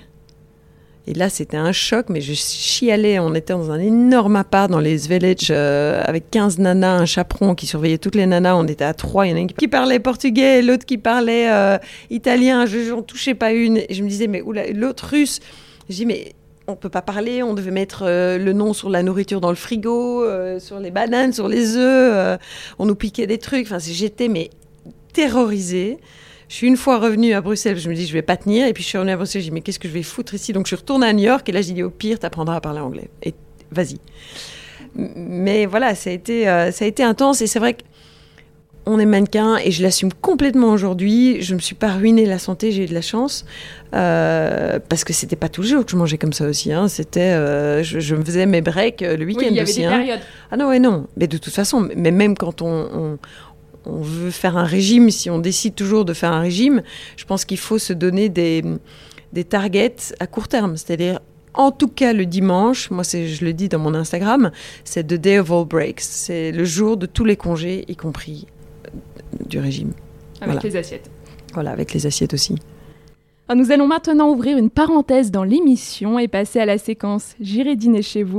Et là, c'était un choc, mais je chialais. On était dans un énorme appart dans les Village euh, avec quinze nanas, un chaperon qui surveillait toutes les nanas. On était à trois. Il y en a une qui parlait portugais, l'autre qui parlait euh, italien. Je n'en touchais pas une. Et je me disais, mais oula, l'autre russe. Je dis, mais on ne peut pas parler. On devait mettre euh, le nom sur la nourriture dans le frigo, euh, sur les bananes, sur les œufs. Euh, on nous piquait des trucs. Enfin, j'étais mais terrorisée. Je suis une fois revenue à Bruxelles, je me dis je vais pas tenir, et puis je suis revenue à Bruxelles, je dis mais qu'est-ce que je vais foutre ici ? Donc je suis retournée à New York, et là j'ai dit au pire, t'apprendras à parler anglais, et vas-y. Mais voilà, ça a été, euh, ça a été intense, et c'est vrai qu'on est mannequin, et je l'assume complètement aujourd'hui. Je me suis pas ruiné la santé, j'ai eu de la chance, euh, parce que c'était pas tous les jours que je mangeais comme ça aussi. Hein. C'était, euh, je, je me faisais mes breaks le week-end aussi. Oui, il y avait aussi, des hein. périodes. Ah non, ouais, non. Mais de toute façon, mais même quand on, on on veut faire un régime, si on décide toujours de faire un régime, je pense qu'il faut se donner des, des targets à court terme. C'est-à-dire, En tout cas, le dimanche, moi c'est, je le dis dans mon Instagram, c'est the day of all breaks. C'est le jour de tous les congés, y compris du régime. Avec voilà. les assiettes. Voilà, avec les assiettes aussi. Alors, nous allons maintenant ouvrir une parenthèse dans l'émission et passer à la séquence « J'irai dîner chez vous ».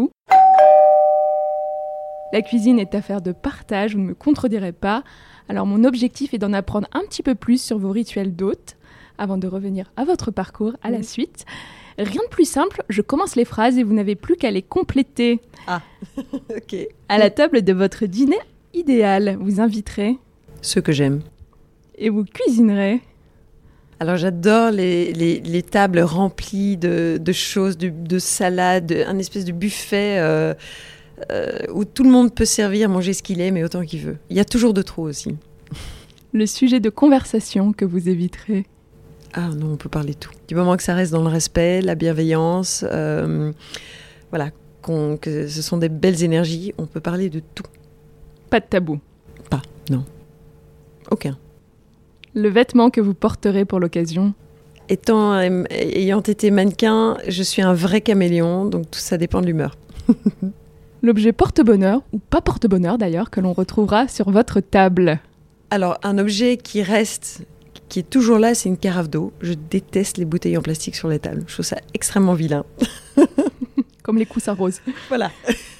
La cuisine est affaire de partage, vous ne me contredirez pas. Alors mon objectif est d'en apprendre un petit peu plus sur vos rituels d'hôtes, avant de revenir à votre parcours à la mmh. suite. Rien de plus simple, je commence les phrases et vous n'avez plus qu'à les compléter. Ah, ok. À la table de votre dîner idéal, vous inviterez ceux que j'aime. Et vous cuisinerez. Alors j'adore les, les, les tables remplies de, de choses, de, de salades, un espèce de buffet euh, euh, où tout le monde peut servir, manger ce qu'il aime et autant qu'il veut. Il y a toujours de trop aussi. Le sujet de conversation que vous éviterez. Ah non, on peut parler de tout. Du moment que ça reste dans le respect, la bienveillance, euh, voilà, qu'on, que ce sont des belles énergies, on peut parler de tout. Pas de tabou. Pas, non. Aucun. Le vêtement que vous porterez pour l'occasion. Étant, euh, ayant été mannequin, je suis un vrai caméléon, donc tout ça dépend de l'humeur. L'objet porte-bonheur, ou pas porte-bonheur d'ailleurs, que l'on retrouvera sur votre table. Alors, un objet qui reste... qui est toujours là, c'est une carafe d'eau. Je déteste les bouteilles en plastique sur les tables. Je trouve ça extrêmement vilain. Comme les coussins roses. Voilà.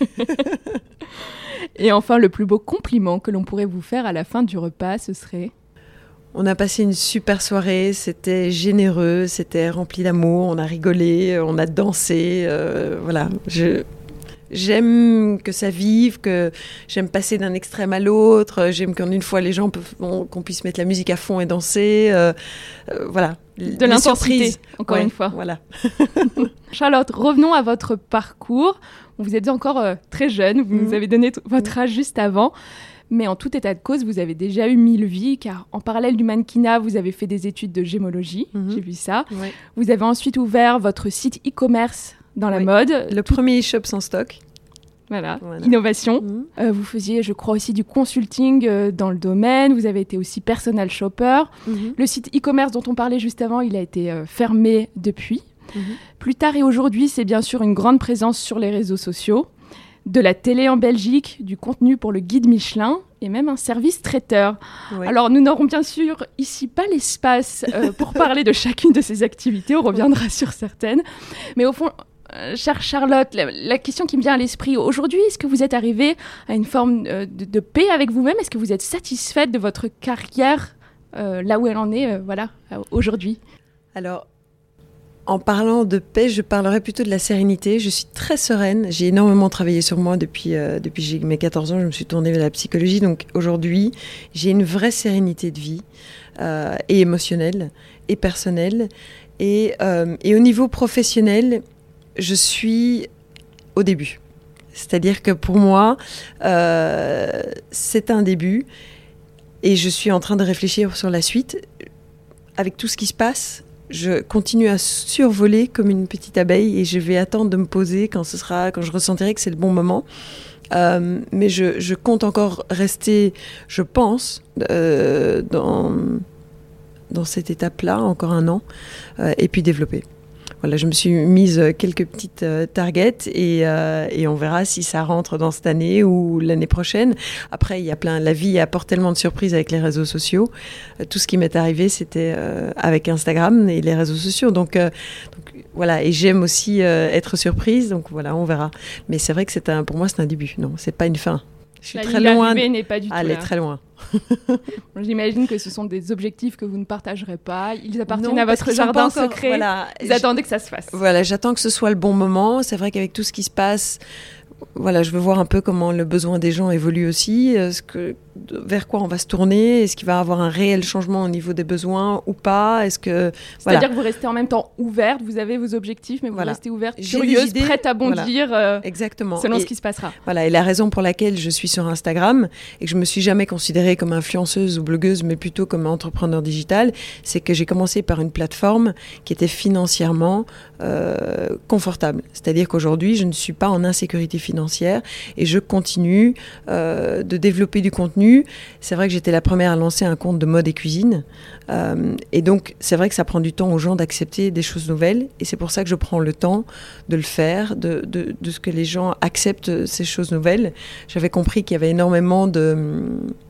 Et enfin, le plus beau compliment que l'on pourrait vous faire à la fin du repas, ce serait... On a passé une super soirée, c'était généreux, c'était rempli d'amour, on a rigolé, on a dansé, euh, voilà. Je... J'aime que ça vive, que j'aime passer d'un extrême à l'autre, j'aime qu'en une fois les gens peuvent, bon, qu'on puisse mettre la musique à fond et danser, euh, euh, voilà. De l'intensité, encore ouais, une fois. Voilà. Charlotte, revenons à votre parcours. Vous êtes encore euh, très jeune, vous mmh. nous avez donné t- votre âge juste avant, mais en tout état de cause, vous avez déjà eu mille vies, car en parallèle du mannequinat, vous avez fait des études de gémologie, mmh. j'ai vu ça. Ouais. Vous avez ensuite ouvert votre site e-commerce dans la oui. mode. Le Tout... premier e-shop sans stock. Voilà, voilà. Innovation. Mmh. Euh, vous faisiez, je crois, aussi du consulting euh, dans le domaine. Vous avez été aussi personal shopper. Mmh. Le site e-commerce dont on parlait juste avant, il a été euh, fermé depuis. Mmh. Plus tard et aujourd'hui, c'est bien sûr une grande présence sur les réseaux sociaux, de la télé en Belgique, du contenu pour le guide Michelin et même un service traiteur. Ouais. Alors, nous n'aurons bien sûr ici pas l'espace euh, pour parler de chacune de ces activités. On reviendra sur certaines. Mais au fond... Euh, chère Charlotte, la, la question qui me vient à l'esprit aujourd'hui, est-ce que vous êtes arrivée à une forme euh, de, de paix avec vous-même ? Est-ce que vous êtes satisfaite de votre carrière euh, là où elle en est euh, voilà, euh, aujourd'hui ? Alors, en parlant de paix, je parlerais plutôt de la sérénité. Je suis très sereine. J'ai énormément travaillé sur moi depuis, euh, depuis j'ai mes quatorze ans. Je me suis tournée vers la psychologie. Donc aujourd'hui, j'ai une vraie sérénité de vie euh, et émotionnelle et personnelle. Et, euh, et au niveau professionnel, je suis au début. C'est-à-dire que pour moi, euh, c'est un début et je suis en train de réfléchir sur la suite. Avec tout ce qui se passe, je continue à survoler comme une petite abeille et je vais attendre de me poser quand, ce sera, quand je ressentirai que c'est le bon moment. Euh, mais je, je compte encore rester, je pense, euh, dans, dans cette étape-là, encore un an, euh, et puis développer. Voilà, je me suis mise quelques petites euh, targets et, euh, et on verra si ça rentre dans cette année ou l'année prochaine. Après, il y a plein, la vie apporte tellement de surprises avec les réseaux sociaux. Euh, tout ce qui m'est arrivé, c'était euh, avec Instagram et les réseaux sociaux. Donc, euh, donc voilà, et j'aime aussi euh, être surprise. Donc voilà, on verra. Mais c'est vrai que c'est un, pour moi, c'est un début. Non, c'est pas une fin. Je suis la très loin. L'arrivée n'est pas du tout Elle est là. très loin. J'imagine que ce sont des objectifs que vous ne partagerez pas. Ils appartiennent non, à votre jardin encore, secret. Voilà, vous attendez que ça se fasse. Voilà, j'attends que ce soit le bon moment. C'est vrai qu'avec tout ce qui se passe, voilà, je veux voir un peu comment le besoin des gens évolue aussi. Est-ce que, vers quoi on va se tourner ? Est-ce qu'il va y avoir un réel changement au niveau des besoins ou pas ? Est-ce que, C'est-à-dire voilà. que vous restez en même temps ouverte, vous avez vos objectifs, mais vous voilà. restez ouverte, J'ai curieuse, idées, prête à bondir voilà. euh, Exactement. selon et, ce qui se passera. Voilà, et la raison pour laquelle je suis sur Instagram et que je me suis jamais considérée comme influenceuse ou blogueuse, mais plutôt comme entrepreneur digital, c'est que j'ai commencé par une plateforme qui était financièrement euh, confortable. C'est-à-dire qu'aujourd'hui, je ne suis pas en insécurité financière. financière et je continue euh, de développer du contenu. C'est vrai que j'étais la première à lancer un compte de mode et cuisine. Euh, et donc, c'est vrai que ça prend du temps aux gens d'accepter des choses nouvelles. Et c'est pour ça que je prends le temps de le faire, de, de, de ce que les gens acceptent ces choses nouvelles. J'avais compris qu'il y avait énormément de...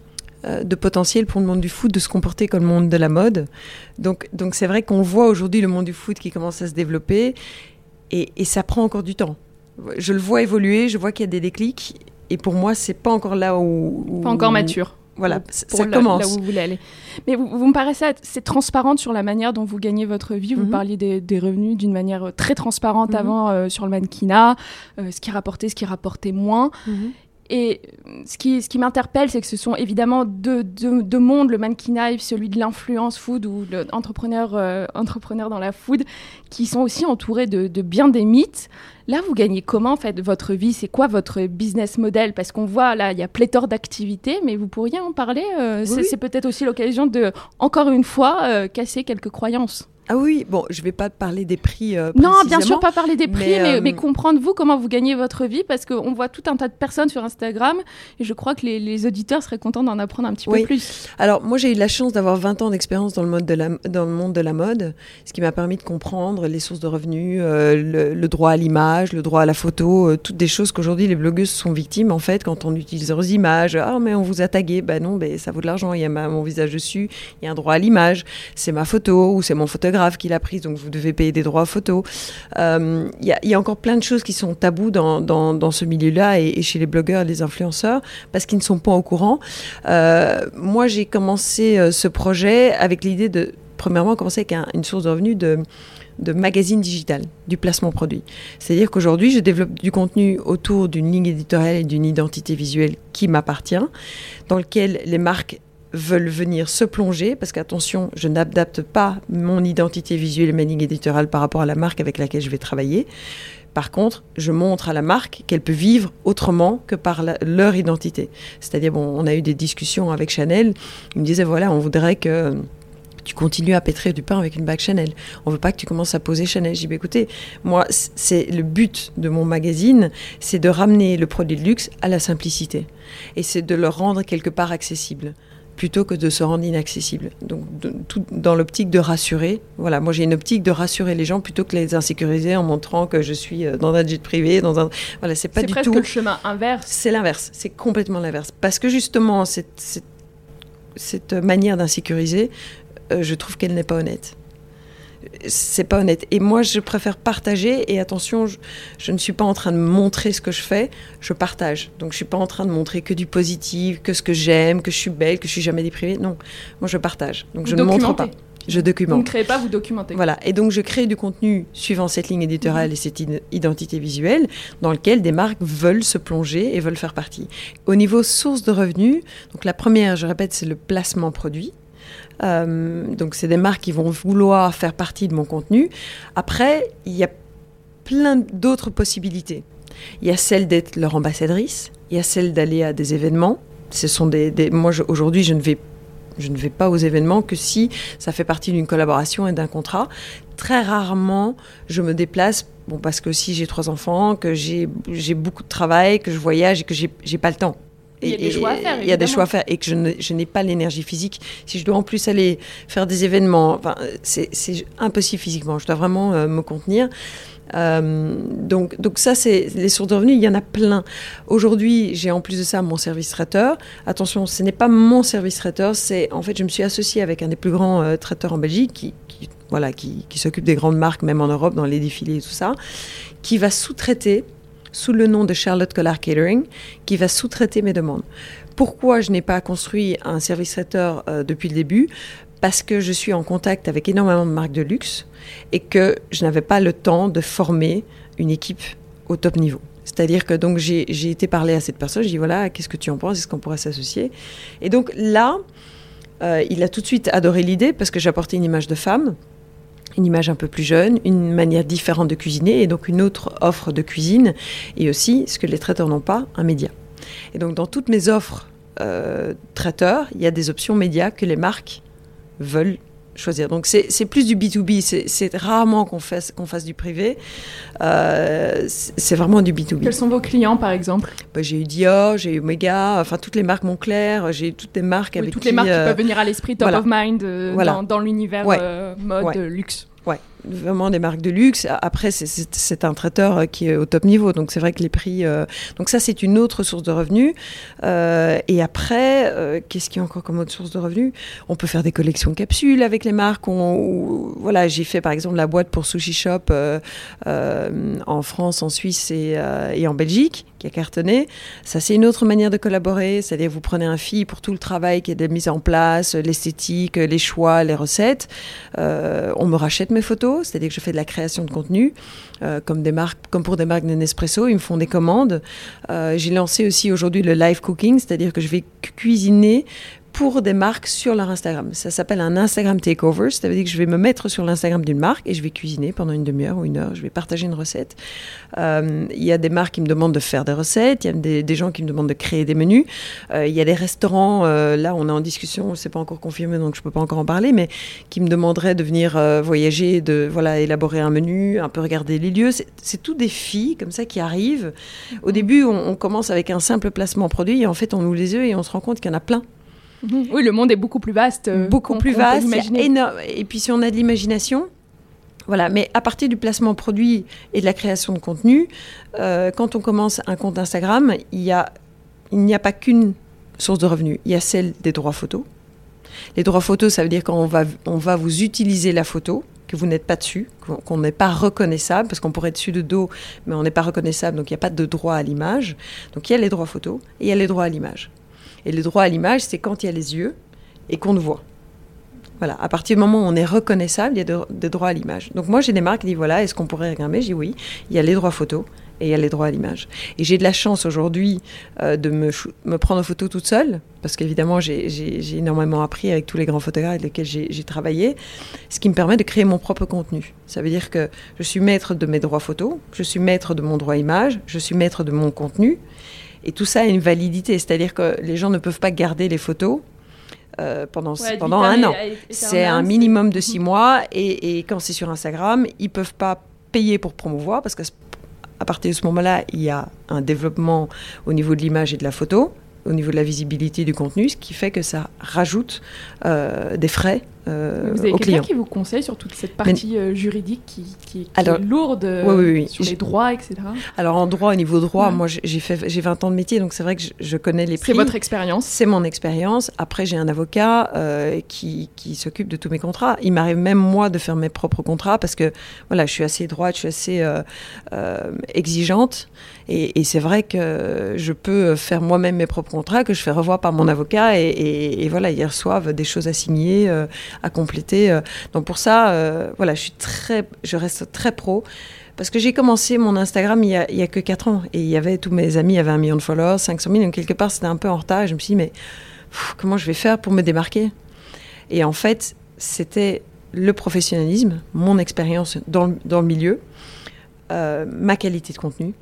de potentiel pour le monde du food de se comporter comme le monde de la mode. Donc, donc c'est vrai qu'on voit aujourd'hui le monde du food qui commence à se développer et, et ça prend encore du temps. Je le vois évoluer, je vois qu'il y a des déclics et pour moi, c'est pas encore là où... où pas encore mature. Voilà, pour ça là, commence. Là où vous voulez aller. Mais vous, vous me paraissez assez transparente sur la manière dont vous gagnez votre vie. Vous mm-hmm. parliez des, des revenus d'une manière très transparente mm-hmm. avant euh, sur le mannequinat, euh, ce qui rapportait, ce qui rapportait moins. Mm-hmm. Et ce qui, ce qui m'interpelle, c'est que ce sont évidemment deux, deux, deux mondes, le mannequinat et celui de l'influence food ou l'entrepreneur euh, entrepreneur dans la food, qui sont aussi entourés de, de bien des mythes. Là, vous gagnez comment en fait votre vie ? C'est quoi votre business model ? Parce qu'on voit là, il y a pléthore d'activités, mais vous pourriez en parler euh, oui, c'est, oui. c'est peut-être aussi l'occasion de, encore une fois, euh, casser quelques croyances. Ah oui, bon, je ne vais pas parler des prix euh, Non, bien sûr, pas parler des prix, mais, mais, euh... mais comprendre, vous, comment vous gagnez votre vie, parce qu'on voit tout un tas de personnes sur Instagram, et je crois que les, les auditeurs seraient contents d'en apprendre un petit oui. peu plus. Alors, moi, j'ai eu la chance d'avoir vingt ans d'expérience dans le, mode de la, dans le monde de la mode, ce qui m'a permis de comprendre les sources de revenus, euh, le, le droit à l'image, le droit à la photo, euh, toutes des choses qu'aujourd'hui, les blogueuses sont victimes, en fait, quand on utilise leurs images. Ah, mais on vous a tagué. Ben non, ben, ça vaut de l'argent, il y a ma, mon visage dessus, il y a un droit à l'image, c'est ma photo, ou c'est mon photographe qui l'a prise, donc vous devez payer des droits photos. Il euh, y, y a encore plein de choses qui sont tabous dans, dans, dans ce milieu-là et, et chez les blogueurs et les influenceurs parce qu'ils ne sont pas au courant. Euh, moi, j'ai commencé euh, ce projet avec l'idée de, premièrement, commencer avec un, une source de revenus de, de magazine digital, du placement produit. C'est-à-dire qu'aujourd'hui, je développe du contenu autour d'une ligne éditoriale et d'une identité visuelle qui m'appartient, dans lequel les marques veulent venir se plonger, parce qu'attention, je n'adapte pas mon identité visuelle et ma ligne éditoriale par rapport à la marque avec laquelle je vais travailler. Par contre, je montre à la marque qu'elle peut vivre autrement que par la, leur identité. C'est-à-dire, bon, on a eu des discussions avec Chanel, ils me disaient, voilà, on voudrait que tu continues à pétrir du pain avec une bague Chanel. On veut pas que tu commences à poser Chanel. J'ai dit, bah, écoutez, moi, c'est le but de mon magazine, c'est de ramener le produit de luxe à la simplicité. Et c'est de le rendre quelque part accessible, plutôt que de se rendre inaccessible. Donc, de, tout dans l'optique de rassurer. Voilà, moi, j'ai une optique de rassurer les gens plutôt que les insécuriser en montrant que je suis dans un jet privé, dans un... Voilà, c'est pas c'est du tout... C'est presque le chemin inverse. C'est l'inverse, c'est complètement l'inverse. Parce que justement, cette, cette, cette manière d'insécuriser, euh, je trouve qu'elle n'est pas honnête. C'est pas honnête. Et moi, je préfère partager. Et attention, je, je ne suis pas en train de montrer ce que je fais, je partage. Donc, je suis pas en train de montrer que du positif, que ce que j'aime, que je suis belle, que je suis jamais déprimée. Non, moi, je partage. Donc, vous je ne montre pas. Je documente. Vous ne créez pas, vous documentez. Voilà. Et donc, je crée du contenu suivant cette ligne éditoriale mmh. et cette identité visuelle dans lequel des marques veulent se plonger et veulent faire partie. Au niveau source de revenus, donc la première, je répète, c'est le placement produit. Euh, donc, c'est des marques qui vont vouloir faire partie de mon contenu. Après, il y a plein d'autres possibilités. Il y a celle d'être leur ambassadrice. Il y a celle d'aller à des événements. Ce sont des, des, moi, je, aujourd'hui, je ne vais, je ne vais pas aux événements que si ça fait partie d'une collaboration et d'un contrat. Très rarement, je me déplace, bon, parce que si j'ai trois enfants, que j'ai, j'ai beaucoup de travail, que je voyage et que j'ai, j'ai pas le temps. Il y a des choix à faire, Il y a des choix à faire et que je, ne, je n'ai pas l'énergie physique. Si je dois en plus aller faire des événements, enfin, c'est, c'est impossible physiquement. Je dois vraiment euh, me contenir. Euh, donc, donc ça, c'est les sources de revenus. Il y en a plein. Aujourd'hui, j'ai en plus de ça mon service traiteur. Attention, ce n'est pas mon service traiteur. C'est en fait, je me suis associée avec un des plus grands euh, traiteurs en Belgique qui, qui voilà, qui, qui s'occupe des grandes marques, même en Europe, dans les défilés et tout ça, qui va sous-traiter sous le nom de Charlotte Collard Catering, qui va sous-traiter mes demandes. Pourquoi je n'ai pas construit un service traiteur euh, depuis le début ? Parce que je suis en contact avec énormément de marques de luxe et que je n'avais pas le temps de former une équipe au top niveau. C'est-à-dire que donc j'ai, j'ai été parler à cette personne, je dis voilà, qu'est-ce que tu en penses ? Est-ce qu'on pourrait s'associer ? Et donc là, euh, il a tout de suite adoré l'idée parce que j'apportais une image de femme, une image un peu plus jeune, une manière différente de cuisiner et donc une autre offre de cuisine et aussi, ce que les traiteurs n'ont pas, un média. Et donc dans toutes mes offres euh, traiteurs, il y a des options médias que les marques veulent choisir. Donc c'est, c'est plus du B deux B, c'est, c'est rarement qu'on fasse, qu'on fasse du privé. Euh, c'est, c'est vraiment du B deux B. Quels sont vos clients par exemple? Bah, j'ai eu Dior, j'ai eu Omega, enfin toutes les marques Moncler, j'ai eu toutes les marques oui, avec toutes qui, les marques euh, qui peuvent venir à l'esprit, top voilà. of mind euh, Voilà. dans, dans l'univers Ouais. euh, mode Ouais. euh, luxe. Ouais, vraiment des marques de luxe. Après, c'est, c'est, c'est un traiteur qui est au top niveau, donc c'est vrai que les prix... Euh... Donc ça, c'est une autre source de revenus. Euh, et après, euh, qu'est-ce qu'il y a encore comme autre source de revenus? On peut faire des collections capsules avec les marques. On, ou, voilà, j'ai fait par exemple la boîte pour Sushi Shop euh, euh, en France, en Suisse et, euh, et en Belgique, qui a cartonné. Ça, c'est une autre manière de collaborer. C'est-à-dire, vous prenez un fil pour tout le travail qui est de mise en place, l'esthétique, les choix, les recettes. Euh, on me rachète mes photos, c'est-à-dire que je fais de la création de contenu, euh, comme, des marques, comme pour des marques de Nespresso, ils me font des commandes. Euh, j'ai lancé aussi aujourd'hui le live cooking, c'est-à-dire que je vais cuisiner pour des marques sur leur Instagram. Ça s'appelle un Instagram takeover, ça veut dire que je vais me mettre sur l'Instagram d'une marque et je vais cuisiner pendant une demi-heure ou une heure, je vais partager une recette. Euh, il y a des marques qui me demandent de faire des recettes, il y a des, des gens qui me demandent de créer des menus, euh, il y a des restaurants, euh, là on est en discussion, c'est pas encore confirmé donc je peux pas encore en parler, mais qui me demanderaient de venir euh, voyager, de voilà, élaborer un menu, un peu regarder les lieux. C'est, c'est tout des filles comme ça qui arrivent. Au début on, on commence avec un simple placement produit et en fait on ouvre les yeux et on se rend compte qu'il y en a plein. Oui, le monde est beaucoup plus vaste. Euh, beaucoup plus vaste, il y a énorme. Et puis si on a de l'imagination, voilà. Mais à partir du placement produit et de la création de contenu, euh, quand on commence un compte Instagram, il y a, il n'y a pas qu'une source de revenus. Il y a celle des droits photos. Les droits photos, ça veut dire qu'on va, on va vous utiliser la photo, que vous n'êtes pas dessus, qu'on, qu'on n'est pas reconnaissable, parce qu'on pourrait être dessus de dos, mais on n'est pas reconnaissable, donc il n'y a pas de droit à l'image. Donc il y a les droits photos et il y a les droits à l'image. Et le droit à l'image, c'est quand il y a les yeux et qu'on te voit. Voilà, à partir du moment où on est reconnaissable, il y a de, des droits à l'image. Donc moi, j'ai des marques qui disent, voilà, est-ce qu'on pourrait regarder? Je dis oui, il y a les droits photos et il y a les droits à l'image. Et j'ai de la chance aujourd'hui euh, de me, me prendre en photo toute seule, parce qu'évidemment, j'ai, j'ai, j'ai énormément appris avec tous les grands photographes avec lesquels j'ai, j'ai travaillé, ce qui me permet de créer mon propre contenu. Ça veut dire que je suis maître de mes droits photos, je suis maître de mon droit image, je suis maître de mon contenu. Et tout ça a une validité, c'est-à-dire que les gens ne peuvent pas garder les photos euh, pendant, ouais, pendant un an. Et, et c'est un minimum de six mois et, et quand c'est sur Instagram, ils ne peuvent pas payer pour promouvoir parce qu'à partir de ce moment-là, il y a un développement au niveau de l'image et de la photo, au niveau de la visibilité du contenu, ce qui fait que ça rajoute euh, des frais euh, vous avez aux quelqu'un clients. Qui vous conseille sur toute cette partie Mais... euh, juridique qui, qui, qui Alors, est lourde euh, oui, oui, oui. sur les droits, et cetera. Alors en droit, au niveau droit, ouais. moi j'ai, fait, j'ai vingt ans de métier, donc c'est vrai que je, je connais les prix. C'est votre expérience? C'est mon expérience. Après, j'ai un avocat euh, qui, qui s'occupe de tous mes contrats. Il m'arrive même moi de faire mes propres contrats parce que voilà, je suis assez droite, je suis assez euh, euh, exigeante. Et, et c'est vrai que je peux faire moi-même mes propres contrats que je fais revoir par mon avocat et, et, et voilà, ils reçoivent des choses à signer, euh, à compléter. Donc pour ça, euh, voilà, je suis très, je reste très pro. Parce que j'ai commencé mon Instagram il y a, il y a que quatre ans. Et il y avait, tous mes amis avaient un million de followers, cinq cent mille. Donc quelque part, c'était un peu en retard. Et je me suis dit, mais pff, comment je vais faire pour me démarquer? Et en fait, c'était le professionnalisme, mon expérience dans le, dans le milieu, euh, ma qualité de contenu.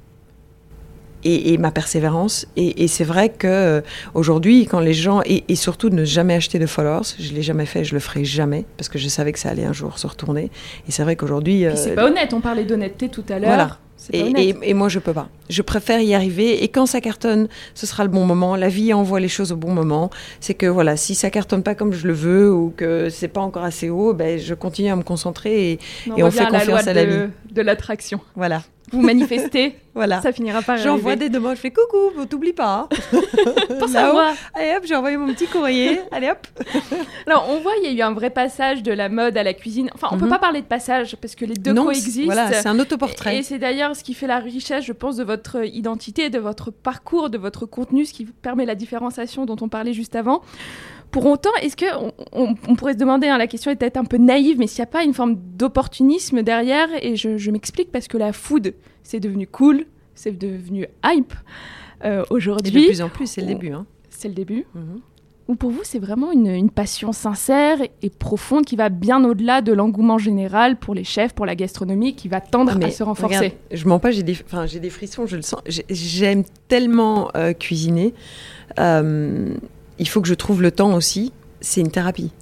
Et, et ma persévérance. Et, et c'est vrai qu'aujourd'hui, quand les gens... Et, et surtout, ne jamais acheter de followers. Je ne l'ai jamais fait, je ne le ferai jamais, parce que je savais que ça allait un jour se retourner. Et c'est vrai qu'aujourd'hui... Puis c'est euh, pas honnête, on parlait d'honnêteté tout à l'heure. Voilà. Et, et, et moi, je ne peux pas. Je préfère y arriver. Et quand ça cartonne, ce sera le bon moment. La vie envoie les choses au bon moment. C'est que, voilà, si ça ne cartonne pas comme je le veux ou que ce n'est pas encore assez haut, ben, je continue à me concentrer et on, et on fait confiance à la, à la de, vie. De l'attraction. Voilà. Vous manifestez, voilà. Ça finira par arriver. J'envoie des demandes, je fais coucou, t'oublies pas. Pense à moi. Allez hop, j'ai envoyé mon petit courrier, allez hop. Alors on voit, il y a eu un vrai passage de la mode à la cuisine. Enfin, on mm-hmm. peut pas parler de passage parce que les deux non, coexistent. C'est, voilà, c'est un autoportrait. Et, et c'est d'ailleurs ce qui fait la richesse, je pense, de votre identité, de votre parcours, de votre contenu, ce qui permet la différenciation dont on parlait juste avant. Pour autant, est-ce qu'on on, on pourrait se demander, hein, la question est peut-être un peu naïve, mais s'il n'y a pas une forme d'opportunisme derrière, et je, je m'explique parce que la food, c'est devenu cool, c'est devenu hype euh, aujourd'hui. Et de plus en plus, c'est le début. Hein. C'est le début. Mm-hmm. Ou pour vous, c'est vraiment une, une passion sincère et profonde qui va bien au-delà de l'engouement général pour les chefs, pour la gastronomie, qui va tendre mais à se renforcer. Regarde, je mens pas, j'ai des, enfin, j'ai des frissons, je le sens. J'ai, j'aime tellement euh, cuisiner. Euh, il faut que je trouve le temps aussi. C'est une thérapie.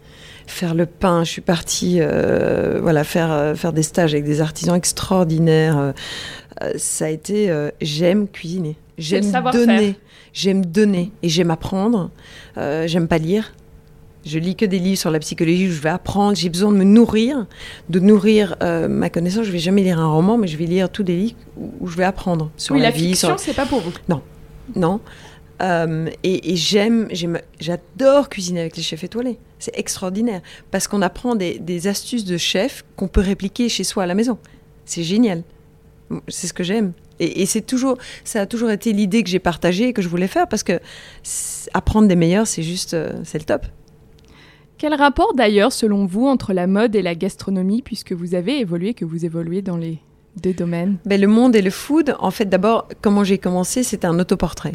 faire le pain. Je suis partie euh, voilà, faire, euh, faire des stages avec des artisans extraordinaires. Euh, euh, ça a été... Euh, j'aime cuisiner. J'aime donner. J'aime donner et j'aime apprendre. Euh, j'aime pas lire. Je lis que des livres sur la psychologie où je vais apprendre. J'ai besoin de me nourrir, de nourrir euh, ma connaissance. Je vais jamais lire un roman, mais je vais lire tous des livres où, où je vais apprendre sur oui, la, la vie. fiction, sur... c'est pas pour vous. Non, non. Euh, et, et j'aime, j'aime, j'adore cuisiner avec les chefs étoilés. C'est extraordinaire parce qu'on apprend des, des astuces de chef qu'on peut répliquer chez soi à la maison. C'est génial. C'est ce que j'aime. Et, et c'est toujours, ça a toujours été l'idée que j'ai partagée et que je voulais faire parce que apprendre des meilleurs, c'est juste, euh, c'est le top. Quel rapport d'ailleurs, selon vous, entre la mode et la gastronomie, puisque vous avez évolué, que vous évoluez dans les deux domaines ? Ben, le monde et le food, en fait, d'abord, comment j'ai commencé, c'était un autoportrait.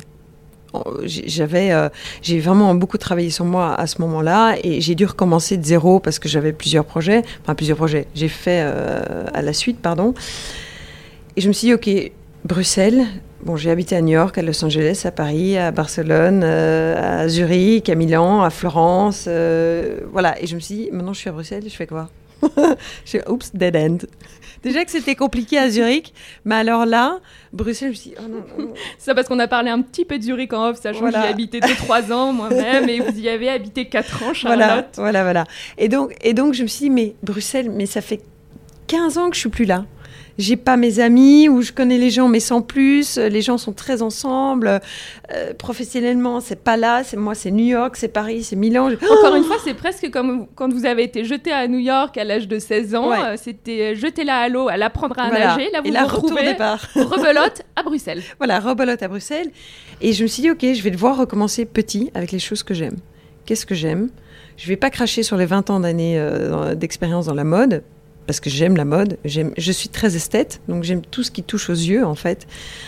J'avais, euh, j'ai vraiment beaucoup travaillé sur moi à ce moment-là et j'ai dû recommencer de zéro parce que j'avais plusieurs projets, enfin plusieurs projets, j'ai fait euh, à la suite, pardon. Et je me suis dit, ok, Bruxelles, bon, j'ai habité à New York, à Los Angeles, à Paris, à Barcelone, euh, à Zurich, à Milan, à Florence, euh, voilà. Et je me suis dit, maintenant je suis à Bruxelles, je fais quoi ? Je fais, oups, dead end. Déjà que c'était compliqué à Zurich, mais alors là, Bruxelles, je me suis dit, oh non, non, non. Ça parce qu'on a parlé un petit peu de Zurich en off, sachant voilà. que j'y ai habité deux trois ans moi-même, et vous y avez habité quatre ans, Charlotte. Voilà, voilà, voilà. Et donc, et donc, je me suis dit, mais Bruxelles, mais ça fait quinze ans que je suis plus là. J'ai pas mes amis, où je connais les gens, mais sans plus. Les gens sont très ensemble. Euh, professionnellement, c'est pas là. C'est moi, c'est New York, c'est Paris, c'est Milan. Encore oh une fois, c'est presque comme quand vous avez été jeté à New York à l'âge de seize ans. Ouais. Euh, c'était jeter là à l'eau, à l'apprendre à voilà. nager. Là, vous Et là, vous retrouvez rebelote à Bruxelles. Voilà, rebelote à Bruxelles. Et je me suis dit, ok, je vais devoir recommencer petit avec les choses que j'aime. Qu'est-ce que j'aime ? Je vais pas cracher sur les vingt ans d'années euh, d'expérience dans la mode. Parce que j'aime la mode, j'aime, je suis très esthète, donc j'aime tout ce qui touche aux yeux, en fait.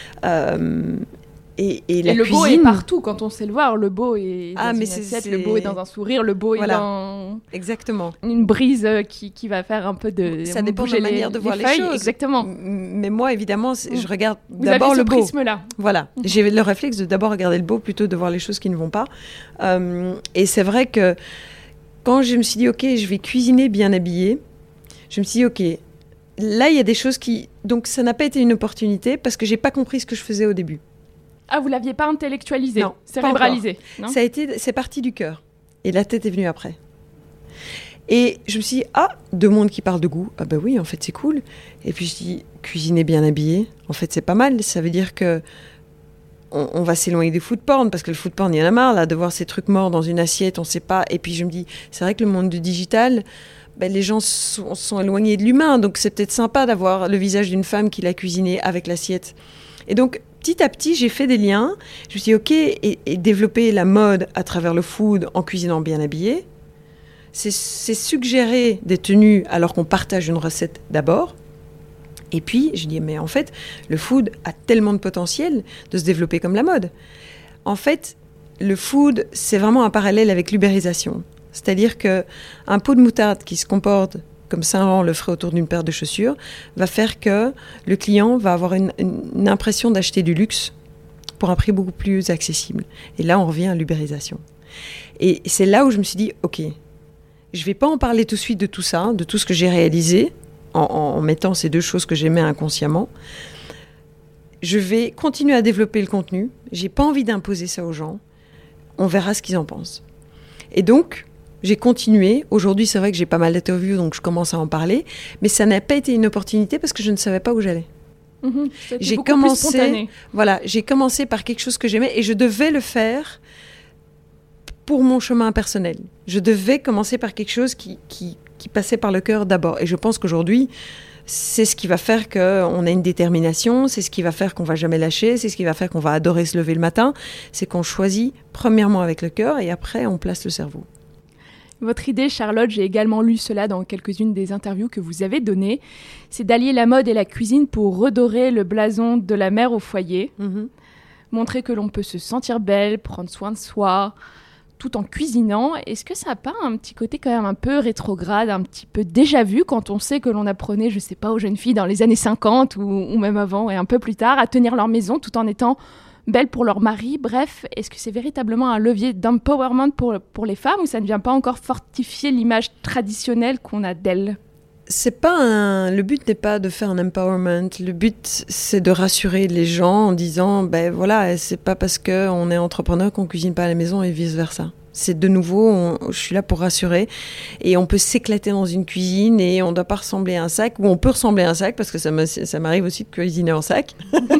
Euh, et, et, la et le cuisine... beau est partout, quand on sait le voir. Le beau est dans ah, une mais assiette, c'est... le beau est dans un sourire, le beau voilà. est dans... Exactement. Une brise qui, qui va faire un peu de... Ça dépend de la manière les, de voir les, les feuilles, choses. Exactement. Mais moi, évidemment, mmh. je regarde Vous d'abord avez le beau. Vous avez ce prisme-là. Voilà. Mmh. J'ai le réflexe de d'abord regarder le beau plutôt que de voir les choses qui ne vont pas. Euh, et c'est vrai que quand je me suis dit, OK, je vais cuisiner bien habillée, je me suis dit, OK... Là, il y a des choses qui... Donc, ça n'a pas été une opportunité parce que je n'ai pas compris ce que je faisais au début. Ah, vous ne l'aviez pas intellectualisé, non, cérébralisé non ça a été, c'est parti du cœur. Et la tête est venue après. Et je me suis dit, ah, deux mondes qui parlent de goût. Ah ben oui, en fait, c'est cool. Et puis, je dis, cuisiner bien habillé. En fait, c'est pas mal. Ça veut dire que on, on va s'éloigner du food porn parce que le food porn, il y en a marre, là, de voir ces trucs morts dans une assiette, on ne sait pas. Et puis, je me dis, c'est vrai que le monde du digital... Ben, les gens sont, sont éloignés de l'humain, donc c'est peut-être sympa d'avoir le visage d'une femme qui l'a cuisiné avec l'assiette. Et donc, petit à petit, j'ai fait des liens. Je me suis dit, OK, et, et développer la mode à travers le food en cuisinant bien habillé, c'est, c'est suggérer des tenues alors qu'on partage une recette d'abord. Et puis, je dis, mais en fait, le food a tellement de potentiel de se développer comme la mode. En fait, le food, c'est vraiment un parallèle avec l'ubérisation. C'est-à-dire qu'un pot de moutarde qui se comporte comme Saint-Laurent le ferait autour d'une paire de chaussures va faire que le client va avoir une, une impression d'acheter du luxe pour un prix beaucoup plus accessible. Et là, on revient à l'ubérisation. Et c'est là où je me suis dit, OK, je ne vais pas en parler tout de suite de tout ça, de tout ce que j'ai réalisé en, en mettant ces deux choses que j'aimais inconsciemment. Je vais continuer à développer le contenu. Je n'ai pas envie d'imposer ça aux gens. On verra ce qu'ils en pensent. Et donc... J'ai continué. Aujourd'hui, c'est vrai que j'ai pas mal d'interviews, donc je commence à en parler. Mais ça n'a pas été une opportunité parce que je ne savais pas où j'allais. Mmh, j'ai commencé, voilà, j'ai commencé par quelque chose que j'aimais et je devais le faire pour mon chemin personnel. Je devais commencer par quelque chose qui, qui, qui passait par le cœur d'abord. Et je pense qu'aujourd'hui, c'est ce qui va faire qu'on a une détermination, c'est ce qui va faire qu'on va jamais lâcher, c'est ce qui va faire qu'on va adorer se lever le matin. C'est qu'on choisit premièrement avec le cœur et après on place le cerveau. Votre idée, Charlotte, j'ai également lu cela dans quelques-unes des interviews que vous avez données, c'est d'allier la mode et la cuisine pour redorer le blason de la mère au foyer, mmh. montrer que l'on peut se sentir belle, prendre soin de soi, tout en cuisinant. Est-ce que ça n'a pas un petit côté quand même un peu rétrograde, un petit peu déjà vu quand on sait que l'on apprenait, je ne sais pas, aux jeunes filles dans les années cinquante ou, ou même avant et un peu plus tard à tenir leur maison tout en étant belles pour leur mari. Bref, est-ce que c'est véritablement un levier d'empowerment pour, pour les femmes ou ça ne vient pas encore fortifier l'image traditionnelle qu'on a d'elles ? C'est pas un... Le but n'est pas de faire un empowerment. Le but, c'est de rassurer les gens en disant, ben voilà, c'est pas parce qu'on est entrepreneur qu'on cuisine pas à la maison et vice versa. C'est de nouveau, on... je suis là pour rassurer et on peut s'éclater dans une cuisine et on doit pas ressembler à un sac ou on peut ressembler à un sac parce que ça, m'a... ça m'arrive aussi de cuisiner en sac.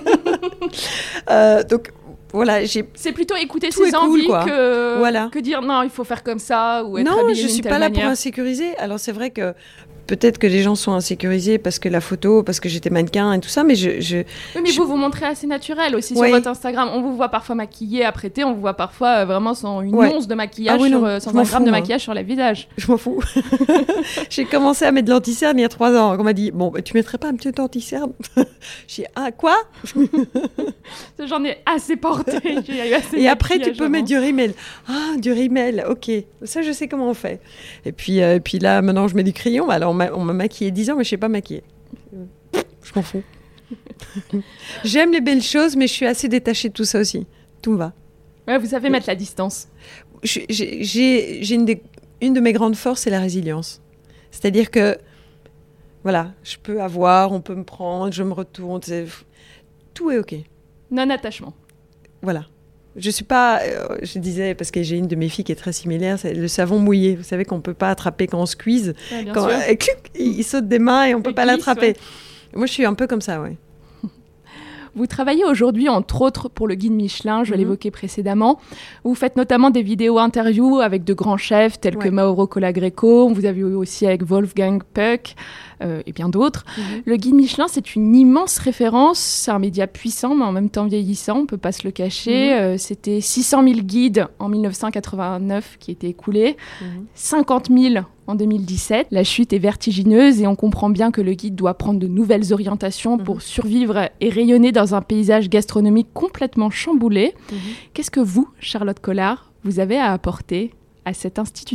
euh, donc voilà, j'ai... C'est plutôt écouter Tout ses est envies cool, que... Voilà. que dire non, il faut faire comme ça ou être non, habillé je d'une suis telle pas là manière. pour insécuriser. Alors c'est vrai que peut-être que les gens sont insécurisés parce que la photo, parce que j'étais mannequin et tout ça, mais je... je oui, mais je... vous vous montrez assez naturel aussi Ouais. sur votre Instagram. On vous voit parfois maquillé, apprêté, on vous voit parfois euh, vraiment sans une Ouais. once de maquillage, Ah oui, sur, non, euh, je sans m'en un gramme fous, de moi. maquillage sur le visage. Je m'en fous. J'ai commencé à mettre de l'anti-cerne il y a trois ans. On m'a dit, bon, bah, tu mettrais pas un petit anti-cerne? J'ai dit, ah, quoi? J'en ai assez porté. J'ai eu assez Et de après, tu maquillage peux avant. mettre du rimel. Ah, du rimel, ok. Ça, je sais comment on fait. Et puis, euh, puis là, maintenant, je mets du crayon. Alors, on m'a, on m'a maquillé dix ans, mais je sais pas maquiller. Je m'en fous. J'aime les belles choses, mais je suis assez détachée de tout ça aussi. Tout me va. Ouais, vous savez mettre la distance. Je- J'ai, j'ai, j'ai une, des- une de mes grandes forces, c'est la résilience. C'est-à-dire que, voilà, je peux avoir, on peut me prendre, je me retourne. c'est- Tout est ok. Non-attachement. Voilà. Je suis pas, euh, je disais, parce que j'ai une de mes filles qui est très similaire, c'est le savon mouillé. Vous savez qu'on peut pas attraper quand on squeeze. Ouais, bien Quand, sûr. euh, clic, il, il saute des mains et on peut Il pas glisse, l'attraper. ouais. Moi, je suis un peu comme ça, ouais. Vous travaillez aujourd'hui, entre autres, pour le guide Michelin, je Mhm. l'évoquais précédemment. Vous faites notamment des vidéos interviews avec de grands chefs tels que Ouais. Mauro Colagreco, vous avez eu aussi avec Wolfgang Puck euh, et bien d'autres. Le guide Michelin, c'est une immense référence, c'est un média puissant mais en même temps vieillissant, on ne peut pas se le cacher. Mhm. Euh, c'était six cent mille guides en dix-neuf cent quatre-vingt-neuf qui étaient écoulés, Mhm. cinquante mille en deux mille dix-sept. La chute est vertigineuse et on comprend bien que le guide doit prendre de nouvelles orientations pour Mhm. survivre et rayonner dans un paysage gastronomique complètement chamboulé. Mhm. Qu'est-ce que vous, Charlotte Collard, vous avez à apporter à cette institution ?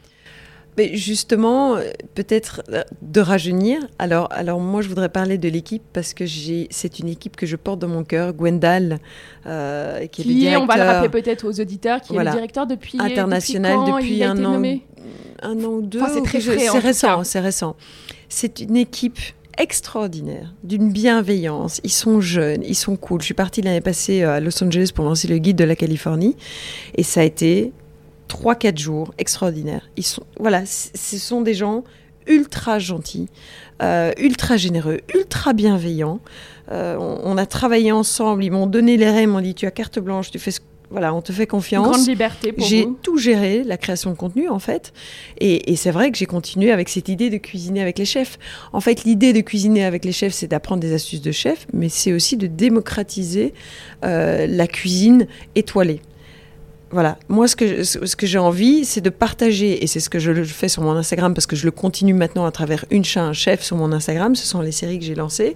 Mais justement, euh, peut-être euh, de rajeunir. Alors, alors moi, je voudrais parler de l'équipe parce que j'ai, c'est une équipe que je porte dans mon cœur. Gwendal, euh, qui est le Qui est, directeur on va le rappeler peut-être aux auditeurs, qui Voilà. est le directeur depuis international depuis, quand depuis il a un été an, nommé un an ou deux. Enfin, c'est ou très quelque chose- frais, en C'est tout récent, cas. c'est récent. C'est une équipe extraordinaire, d'une bienveillance. Ils sont jeunes, ils sont cool. Je suis partie l'année passée à Los Angeles pour lancer le guide de la Californie et ça a été trois quatre jours extraordinaires. Ils sont, voilà, c- ce sont des gens ultra gentils, euh, ultra généreux, ultra bienveillants. Euh, on, on a travaillé ensemble, ils m'ont donné les rênes, ils m'ont dit tu as carte blanche, tu fais ce- voilà, on te fait Une confiance. grande liberté pour J'ai vous. tout géré, la création de contenu en fait. Et, et c'est vrai que j'ai continué avec cette idée de cuisiner avec les chefs. En fait, l'idée de cuisiner avec les chefs, c'est d'apprendre des astuces de chef, mais c'est aussi de démocratiser euh, la cuisine étoilée. Voilà, moi ce que, ce ce que j'ai envie, c'est de partager, et c'est ce que je le fais sur mon Instagram, parce que je le continue maintenant à travers Une chat, un chef sur mon Instagram, ce sont les séries que j'ai lancées,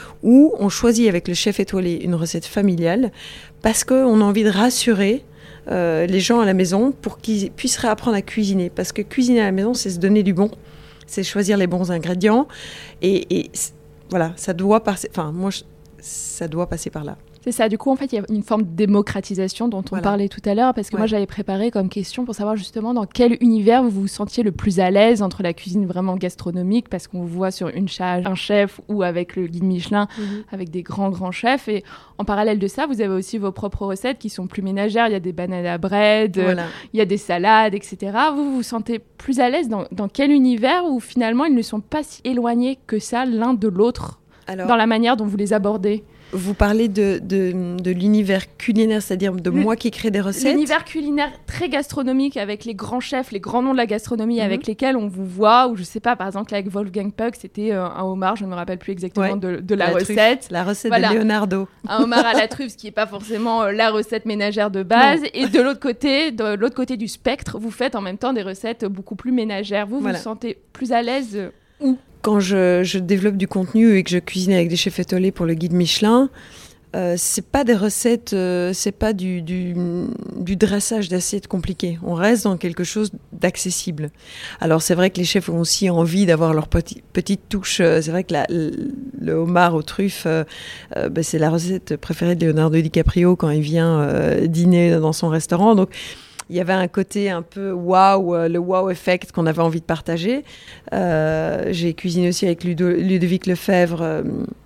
où on choisit avec le chef étoilé une recette familiale, parce qu'on a envie de rassurer euh, les gens à la maison pour qu'ils puissent réapprendre à cuisiner, parce que cuisiner à la maison, c'est se donner du bon, c'est choisir les bons ingrédients, et, et c- voilà, ça doit passer, enfin moi, je- ça doit passer par là. C'est ça, du coup, en fait, il y a une forme de démocratisation dont on Voilà. parlait tout à l'heure, parce que Ouais. moi, j'avais préparé comme question pour savoir justement dans quel univers vous vous sentiez le plus à l'aise entre la cuisine vraiment gastronomique, parce qu'on vous voit sur Une chat, un chef, ou avec le guide Michelin, avec des grands, grands chefs. Et en parallèle de ça, vous avez aussi vos propres recettes qui sont plus ménagères. Il y a des banana bread, euh, Voilà. il y a des salades, et cetera. Vous vous sentez plus à l'aise dans, dans quel univers où finalement ils ne sont pas si éloignés que ça l'un de l'autre Alors, dans la manière dont vous les abordez? vous parlez de, de, de l'univers culinaire, c'est-à-dire de Le- moi qui crée des recettes. L'univers culinaire très gastronomique avec les grands chefs, les grands noms de la gastronomie Mhm. avec lesquels on vous voit, ou je sais pas, par exemple avec Wolfgang Puck, c'était euh, un homard, je ne me rappelle plus exactement Ouais. de, de la, La truffe. recette. La recette Voilà. de Leonardo. Un homard à la truffe, ce qui n'est pas forcément euh, la recette ménagère de base. Non. Et de l'autre côté, de l'autre côté du spectre, vous faites en même temps des recettes beaucoup plus ménagères. Vous Voilà. vous sentez plus à l'aise euh, Quand je, je développe du contenu et que je cuisine avec des chefs étoilés pour le guide Michelin, euh, c'est pas des recettes, euh, c'est pas du, du, du dressage d'assiettes compliquées. On reste dans quelque chose d'accessible. Alors c'est vrai que les chefs ont aussi envie d'avoir leur petit, petite touche. C'est vrai que la, le, le homard aux truffes, euh, euh, ben c'est la recette préférée de Leonardo DiCaprio quand il vient euh, dîner dans son restaurant. Donc il y avait un côté un peu waouh, euh, le wow effect qu'on avait envie de partager. Euh, j'ai cuisiné aussi avec Ludo, Ludovic Lefebvre euh,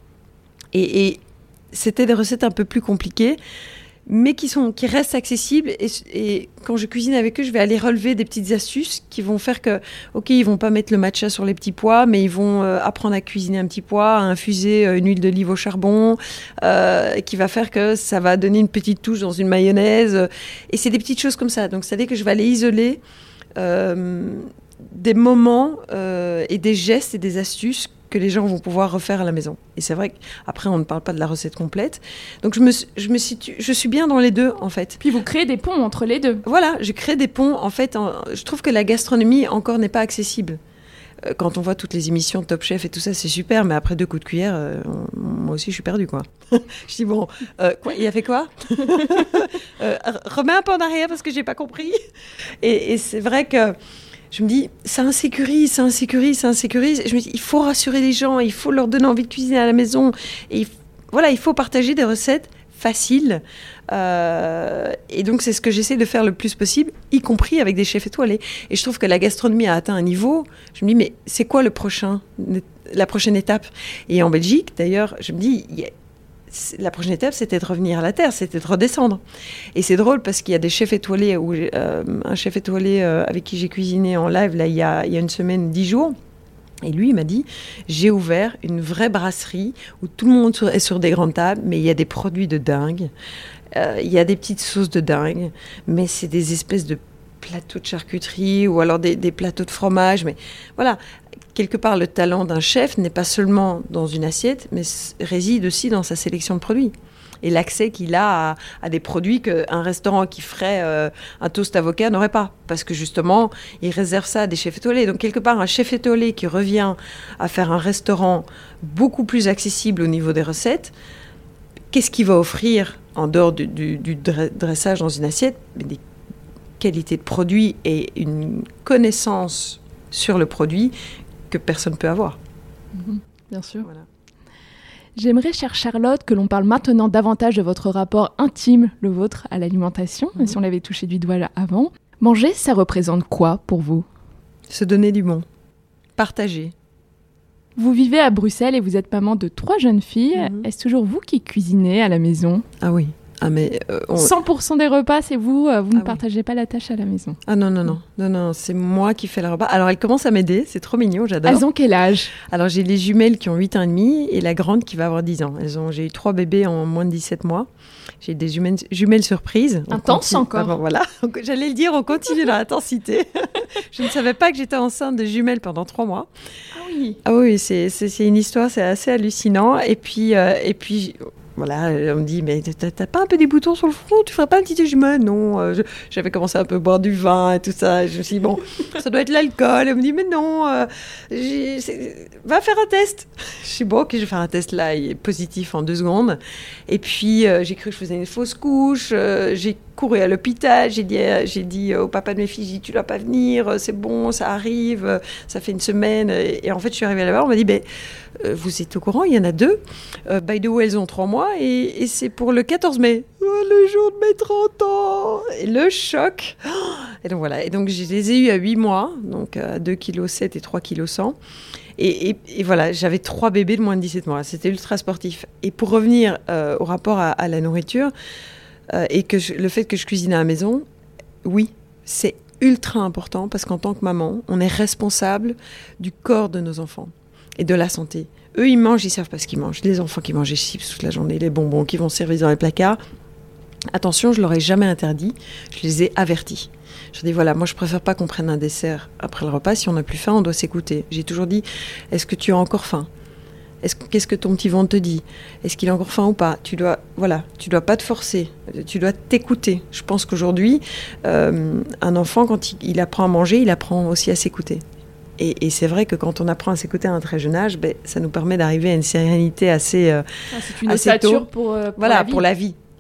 et, et c'était des recettes un peu plus compliquées, mais qui, sont, qui restent accessibles. Et, et quand je cuisine avec eux, je vais aller relever des petites astuces qui vont faire que, ok, ils vont pas mettre le matcha sur les petits pois, mais ils vont euh, apprendre à cuisiner un petit pois, à infuser euh, une huile d'olive au charbon, euh, qui va faire que ça va donner une petite touche dans une mayonnaise. Et c'est des petites choses comme ça. Donc, c'est-à-dire que je vais aller isoler euh, des moments euh, et des gestes et des astuces que les gens vont pouvoir refaire à la maison. Et c'est vrai qu'après, on ne parle pas de la recette complète. Donc, je me, je me situe, je suis bien dans les deux, en fait. Puis, vous créez des ponts entre les deux. Voilà, je crée des ponts. En fait, en, je trouve que la gastronomie, encore, n'est pas accessible. Euh, quand on voit toutes les émissions de Top Chef et tout ça, c'est super, mais après deux coups de cuillère, euh, on, moi aussi, je suis perdue, quoi. Je dis, bon, euh, quoi, il a fait quoi euh, remets un peu en arrière parce que j'ai pas compris. Et, et c'est vrai que je me dis, ça insécurise, ça insécurise, ça insécurise. Je me dis, il faut rassurer les gens, il faut leur donner envie de cuisiner à la maison. Et il, voilà, il faut partager des recettes faciles. Euh, et donc, c'est ce que j'essaie de faire le plus possible, y compris avec des chefs étoilés. Et je trouve que la gastronomie a atteint un niveau. Je me dis, mais c'est quoi le prochain, la prochaine étape ? Et en Belgique, d'ailleurs, je me dis, il y a, la prochaine étape, c'était de revenir à la terre, c'était de redescendre. Et c'est drôle parce qu'il y a des chefs étoilés, où, euh, un chef étoilé euh, avec qui j'ai cuisiné en live là, il, y a, il y a une semaine, dix jours. Et lui, il m'a dit, j'ai ouvert une vraie brasserie où tout le monde est sur des grandes tables, mais il y a des produits de dingue. Euh, il y a des petites sauces de dingue, mais c'est des espèces de plateaux de charcuterie ou alors des, des plateaux de fromage. Mais voilà, quelque part, le talent d'un chef n'est pas seulement dans une assiette, mais réside aussi dans sa sélection de produits. Et l'accès qu'il a à, à des produits qu'un restaurant qui ferait euh, un toast avocat n'aurait pas. Parce que justement, il réserve ça à des chefs étoilés. Donc quelque part, un chef étoilé qui revient à faire un restaurant beaucoup plus accessible au niveau des recettes, qu'est-ce qu'il va offrir en dehors du, du, du dressage dans une assiette ? Des qualités de produits et une connaissance sur le produit que personne ne peut avoir. Mmh, bien sûr. Voilà. J'aimerais, chère Charlotte, que l'on parle maintenant davantage de votre rapport intime, le vôtre, à l'alimentation, mmh. si on l'avait touché du doigt là avant. Manger, ça représente quoi pour vous ? Se donner du bon. Partager. Vous vivez à Bruxelles et vous êtes maman de trois jeunes filles. Mmh. Est-ce toujours vous qui cuisinez à la maison ? Ah oui. Ah mais euh, on... cent pour cent des repas, c'est vous, euh, vous ah ne oui. partagez pas la tâche à la maison. Ah non, non, non, non, non, c'est moi qui fais le repas. Alors, elle commence à m'aider, c'est trop mignon, j'adore. Elles ont quel âge ? Alors, j'ai les jumelles qui ont huit ans et demi et la grande qui va avoir dix ans. Elles ont, j'ai eu trois bébés en moins de dix-sept mois. J'ai des jumelles, jumelles surprises. Intense encore. Ah bon, voilà, j'allais le dire, on continue dans l'intensité. Je ne savais pas que j'étais enceinte de jumelles pendant trois mois. Ah oui. Ah oui, c'est, c'est, c'est une histoire, c'est assez hallucinant. Et puis... Euh, et puis Voilà, on me dit, mais t'as, t'as pas un peu des boutons sur le front ? Tu ferais pas un petit déjeuner ? Non, euh, je, j'avais commencé à un peu boire du vin et tout ça. Et je me suis dit, bon, ça doit être l'alcool. Et on me dit, mais non, euh, j'ai, va faire un test. Je suis bon, ok, je vais faire un test là, il est positif en deux secondes. Et puis, euh, j'ai cru que je faisais une fausse couche. Euh, j'ai couru à l'hôpital. J'ai dit, euh, j'ai dit au papa de mes filles, j'ai dit, tu dois pas venir, c'est bon, ça arrive, ça fait une semaine. Et, et en fait, je suis arrivée là-bas, on m'a dit, ben, euh, vous êtes au courant, il y en a deux. Euh, by the way, elles ont trois mois. Et, et c'est pour le quatorze mai, oh, le jour de mes trente ans, et le choc. Et donc voilà, et donc je les ai eus à huit mois, donc à deux virgule sept kilos et trois virgule cent kilos. Et, et, et voilà, j'avais trois bébés de moins de dix-sept mois, c'était ultra sportif. Et pour revenir euh, au rapport à, à la nourriture, euh, et que je, le fait que je cuisine à la maison, oui, c'est ultra important, parce qu'en tant que maman, on est responsable du corps de nos enfants et de la santé. Eux, ils mangent, ils savent pas ce qu'ils mangent. Les enfants qui mangent les chips toute la journée, les bonbons qui vont servir dans les placards. Attention, je leur ai jamais interdit. Je les ai avertis. Je dis voilà, moi je préfère pas qu'on prenne un dessert après le repas. Si on n'a plus faim, on doit s'écouter. J'ai toujours dit, est-ce que tu as encore faim ? Est-ce, qu'est-ce que ton petit ventre te dit ? Est-ce qu'il a encore faim ou pas ? Tu dois, voilà, tu dois pas te forcer. Tu dois t'écouter. Je pense qu'aujourd'hui, euh, un enfant, quand il, il apprend à manger, il apprend aussi à s'écouter. Et, et c'est vrai que quand on apprend à s'écouter à un très jeune âge, ben, ça nous permet d'arriver à une sérénité assez, euh, ah, c'est une assez ossature tôt. Pour, euh, pour voilà, la vie. pour la vie.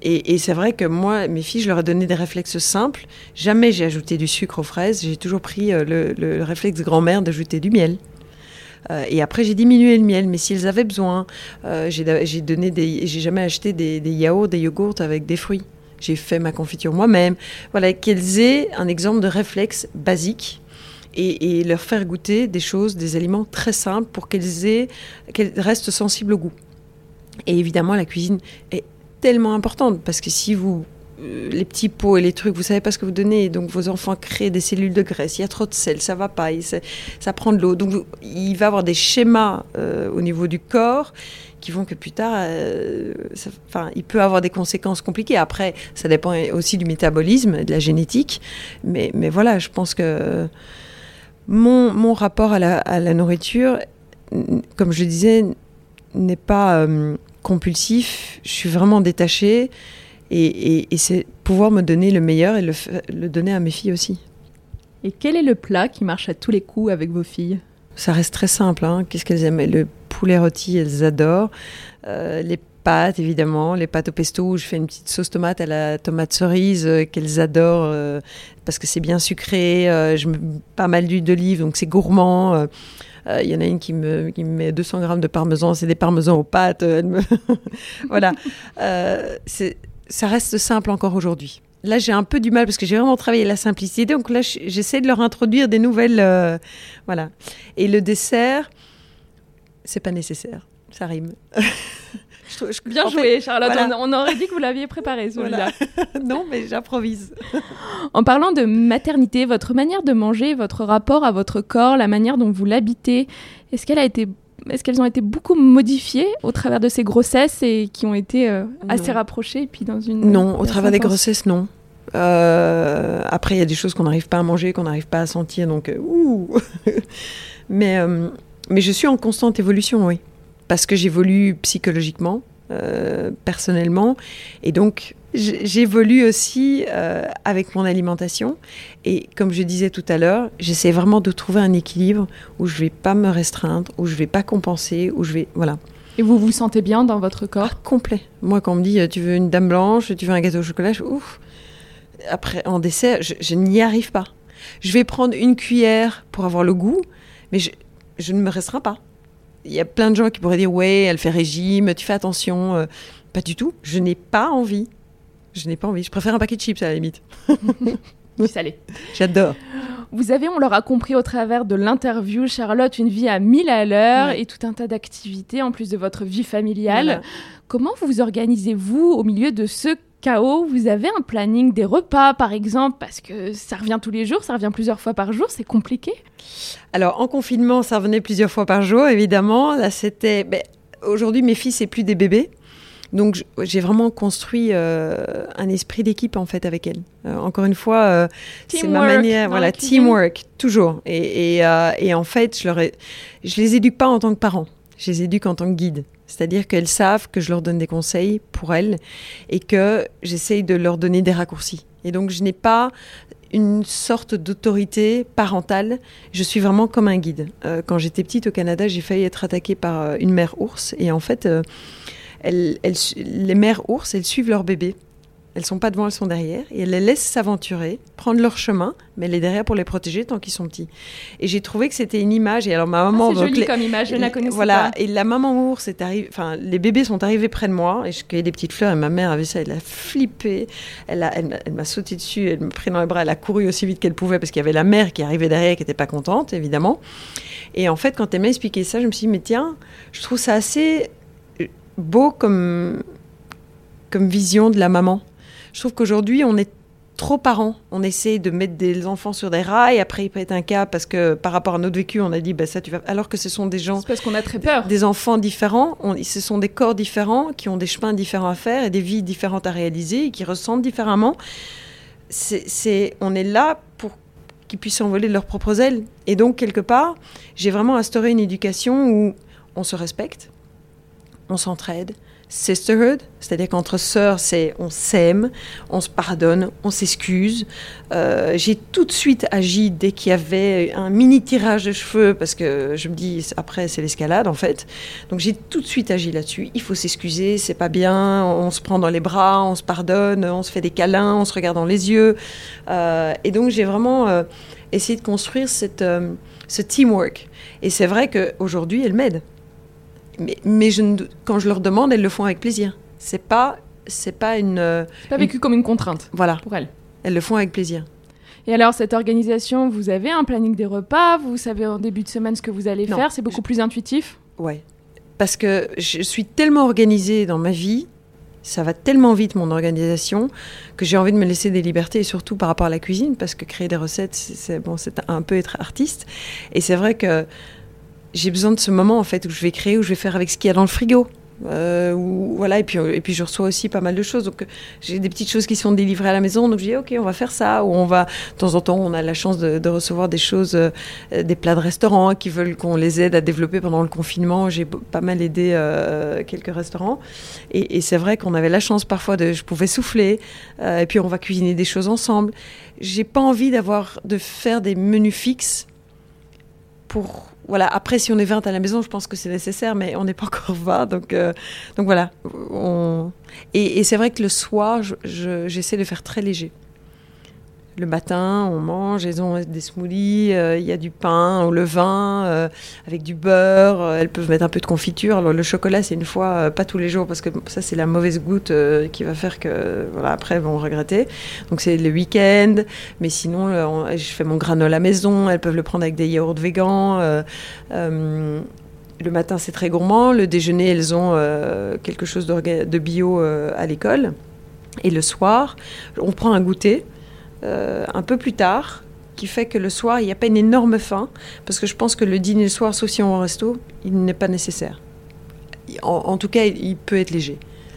Et, et c'est vrai que moi, mes filles, je leur ai donné des réflexes simples. Jamais j'ai ajouté du sucre aux fraises. J'ai toujours pris euh, le, le, le réflexe grand-mère d'ajouter du miel. Euh, et après, j'ai diminué le miel. Mais s'ils avaient besoin, euh, j'ai, j'ai donné des, j'ai jamais acheté des, des yaourts, des yogourts avec des fruits. J'ai fait ma confiture moi-même. Voilà, qu'elles aient un exemple de réflexe basique et, et leur faire goûter des choses, des aliments très simples pour qu'elles aient, qu'elles restent sensibles au goût. Et évidemment, la cuisine est tellement importante parce que si vous euh, les petits pots et les trucs, vous savez pas ce que vous donnez, donc vos enfants créent des cellules de graisse, il y a trop de sel, ça va pas, ça prend de l'eau, donc vous, il va y avoir des schémas euh, au niveau du corps qui vont que plus tard, euh, ça, enfin, il peut avoir des conséquences compliquées. Après, ça dépend aussi du métabolisme, de la génétique, mais, mais voilà, je pense que mon, mon rapport à la, à la nourriture, comme je disais, n'est pas euh, compulsif, je suis vraiment détachée et, et, et c'est pouvoir me donner le meilleur et le, le donner à mes filles aussi. Et quel est le plat qui marche à tous les coups avec vos filles ? Ça reste très simple, hein. Qu'est-ce qu'elles aiment ? Le poulet rôti, elles adorent. Euh, les pâtes, évidemment, les pâtes au pesto où je fais une petite sauce tomate à la tomate cerise euh, qu'elles adorent euh, parce que c'est bien sucré. Euh, je mets pas mal d'huile d'olive, donc c'est gourmand. Euh, Il euh, y en a une qui me, qui me met deux cents grammes de parmesan, c'est des parmesans aux pâtes. Elle me... voilà. Euh, c'est, ça reste simple encore aujourd'hui. Là, j'ai un peu du mal parce que j'ai vraiment travaillé la simplicité. Donc là, j'essaie de leur introduire des nouvelles... Euh, voilà. Et le dessert, c'est pas nécessaire. Ça rime. je trouve, je, Bien joué, fait, Charlotte. Voilà. On, on aurait dit que vous l'aviez préparé, celui-là. Voilà. Non, mais j'improvise. En parlant de maternité, votre manière de manger, votre rapport à votre corps, la manière dont vous l'habitez, est-ce qu'elle a été... Est-ce qu'elles ont été beaucoup modifiées au travers de ces grossesses et qui ont été euh, assez rapprochées et puis dans une Non, au travers des grossesses, non. Euh, après, il y a des choses qu'on n'arrive pas à manger, qu'on n'arrive pas à sentir, donc euh, ouh. mais, euh, mais je suis en constante évolution, oui. Parce que j'évolue psychologiquement, euh, personnellement, et donc j'évolue aussi euh, avec mon alimentation. Et comme je disais tout à l'heure, j'essaie vraiment de trouver un équilibre où je ne vais pas me restreindre, où je ne vais pas compenser, où je vais... Voilà. Et vous vous sentez bien dans votre corps ? Ah, complet. Moi, quand on me dit « tu veux une dame blanche, tu veux un gâteau au chocolat », je ouf. Après, en dessert, je, je n'y arrive pas. Je vais prendre une cuillère pour avoir le goût, mais je, je ne me restreins pas. Il y a plein de gens qui pourraient dire « ouais, elle fait régime, tu fais attention euh, ». Pas du tout. Je n'ai pas envie. Je n'ai pas envie. Je préfère un paquet de chips à la limite. Du salé. J'adore. Vous avez, on l'aura compris au travers de l'interview, Charlotte, une vie à mille à l'heure ouais. et tout un tas d'activités en plus de votre vie familiale. Voilà. Comment vous organisez-vous au milieu de ce chaos ? Vous avez un planning des repas, par exemple, parce que ça revient tous les jours, ça revient plusieurs fois par jour, c'est compliqué ? Alors, en confinement, ça revenait plusieurs fois par jour, évidemment. Là, c'était... Ben, aujourd'hui, mes filles, c'est plus des bébés. Donc, j'ai vraiment construit euh, un esprit d'équipe, en fait, avec elles. Euh, encore une fois, euh, c'est ma manière... Voilà, teamwork, toujours. Et, et, euh, et en fait, je leur ai, je les éduque pas en tant que parents. Je les éduque en tant que guide. C'est-à-dire qu'elles savent que je leur donne des conseils pour elles et que j'essaye de leur donner des raccourcis. Et donc, je n'ai pas une sorte d'autorité parentale. Je suis vraiment comme un guide. Euh, quand j'étais petite au Canada, j'ai failli être attaquée par une mère ours. Et en fait... Euh, Elles, elles, les mères ours, elles suivent leur bébé. Elles ne sont pas devant, elles sont derrière. Et elles les laissent s'aventurer, prendre leur chemin, mais elle est derrière pour les protéger tant qu'ils sont petits. Et j'ai trouvé que c'était une image. Et alors ma maman... Ah, c'est joli les, comme image, je ne la connaissais voilà, pas. Et la maman ours est arrivée... Enfin, les bébés sont arrivés près de moi et je cueillais des petites fleurs. Et ma mère avait ça, elle a flippé. Elle, a, elle, m'a, elle m'a sauté dessus, elle me prit dans les bras, elle a couru aussi vite qu'elle pouvait parce qu'il y avait la mère qui arrivait derrière qui n'était pas contente, évidemment. Et en fait, quand elle m'a expliqué ça, je me suis dit, mais tiens, je trouve ça assez... beau comme, comme vision de la maman. Je trouve qu'aujourd'hui, on est trop parents. On essaie de mettre des enfants sur des rails, après ils pètent un câble parce que par rapport à notre vécu, on a dit, bah, ça tu vas... Alors que ce sont des gens... C'est parce qu'on a très peur. Des enfants différents, on... ce sont des corps différents, qui ont des chemins différents à faire et des vies différentes à réaliser et qui ressentent différemment. C'est, c'est... On est là pour qu'ils puissent s'envoler de leurs propres ailes. Et donc, quelque part, j'ai vraiment instauré une éducation où on se respecte, on s'entraide. sisterhood, c'est-à-dire qu'entre sœurs, c'est on s'aime, on se pardonne, on s'excuse. Euh, j'ai tout de suite agi dès qu'il y avait un mini tirage de cheveux, parce que je me dis, après, c'est l'escalade, en fait. Donc, j'ai tout de suite agi là-dessus. Il faut s'excuser, c'est pas bien, on se prend dans les bras, on se pardonne, on se fait des câlins, on se regarde dans les yeux. Euh, et donc, j'ai vraiment euh, essayé de construire cette, euh, ce teamwork. Et c'est vrai qu'aujourd'hui, elle m'aide. Mais, mais je ne, quand je leur demande, elles le font avec plaisir. C'est pas, c'est pas une. C'est pas vécu une... comme une contrainte. Voilà. Pour elles. Elles le font avec plaisir. Et alors, cette organisation, vous avez un planning des repas, vous savez en début de semaine ce que vous allez non, faire, c'est beaucoup je... plus intuitif. Ouais. Parce que je suis tellement organisée dans ma vie, ça va tellement vite mon organisation, que j'ai envie de me laisser des libertés, et surtout par rapport à la cuisine, parce que créer des recettes, c'est, c'est, bon, c'est un peu être artiste. Et c'est vrai que j'ai besoin de ce moment en fait où je vais créer, où je vais faire avec ce qu'il y a dans le frigo. Euh, où, voilà, et puis, et puis je reçois aussi pas mal de choses. Donc j'ai des petites choses qui sont délivrées à la maison. Donc je dis ok, on va faire ça. Ou on va, de temps en temps, on a la chance de, de recevoir des choses, euh, des plats de restaurants qui veulent qu'on les aide à développer pendant le confinement. J'ai pas mal aidé euh, quelques restaurants. Et, et c'est vrai qu'on avait la chance parfois de, je pouvais souffler. Euh, et puis on va cuisiner des choses ensemble. J'ai pas envie d'avoir, de faire des menus fixes pour... Voilà, après, si on est vingt à la maison, je pense que c'est nécessaire, mais on n'est pas encore vingt. Donc, euh, donc voilà. On... Et, et c'est vrai que le soir, je, je, j'essaie de faire très léger. Le matin, on mange, elles ont des smoothies, il euh, y a du pain au levain, euh, avec du beurre. Euh, elles peuvent mettre un peu de confiture. Alors, le chocolat, c'est une fois, euh, pas tous les jours, parce que ça, c'est la mauvaise goutte euh, qui va faire que, voilà, après, elles vont regretter. Donc, c'est le week-end. Mais sinon, euh, on, je fais mon granola maison. Elles peuvent le prendre avec des yaourts végans. Euh, euh, le matin, c'est très gourmand. Le déjeuner, elles ont euh, quelque chose de bio euh, à l'école. Et le soir, on prend un goûter. Euh, un peu plus tard, qui fait que le soir, il n'y a pas une énorme faim, parce que je pense que le dîner le soir, sauf si on va au resto, il n'est pas nécessaire. En, en tout cas, il, il peut être léger.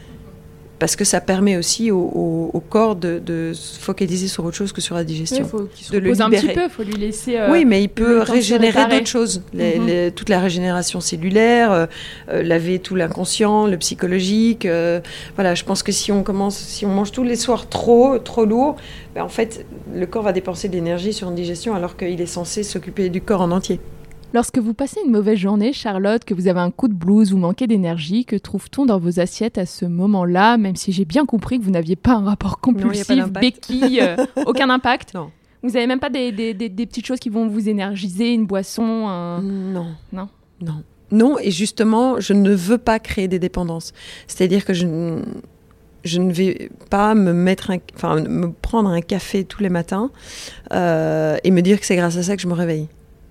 Parce que ça permet aussi au, au, au corps de, de se focaliser sur autre chose que sur la digestion. Il faut qu'il se de repose le un petit peu, il faut lui laisser... Euh, oui, mais il peut régénérer d'autres choses. Mm-hmm. Les, les, toute la régénération cellulaire, euh, euh, laver tout l'inconscient, le psychologique. Euh, voilà, je pense que si on commence, si on mange tous les soirs trop, trop lourd, ben en fait, le corps va dépenser de l'énergie sur une digestion alors qu'il est censé s'occuper du corps en entier. Lorsque vous passez une mauvaise journée, Charlotte, que vous avez un coup de blues ou manquez d'énergie, que trouve-t-on dans vos assiettes à ce moment-là, même si j'ai bien compris que vous n'aviez pas un rapport compulsif, béquille, euh, aucun impact? Non. Vous n'avez même pas des, des, des, des petites choses qui vont vous énergiser, une boisson un... Non. Non. Non. Non, et justement, je ne veux pas créer des dépendances. C'est-à-dire que je, je ne vais pas me, mettre un, enfin, me prendre un café tous les matins euh, et me dire que c'est grâce à ça que je me réveille.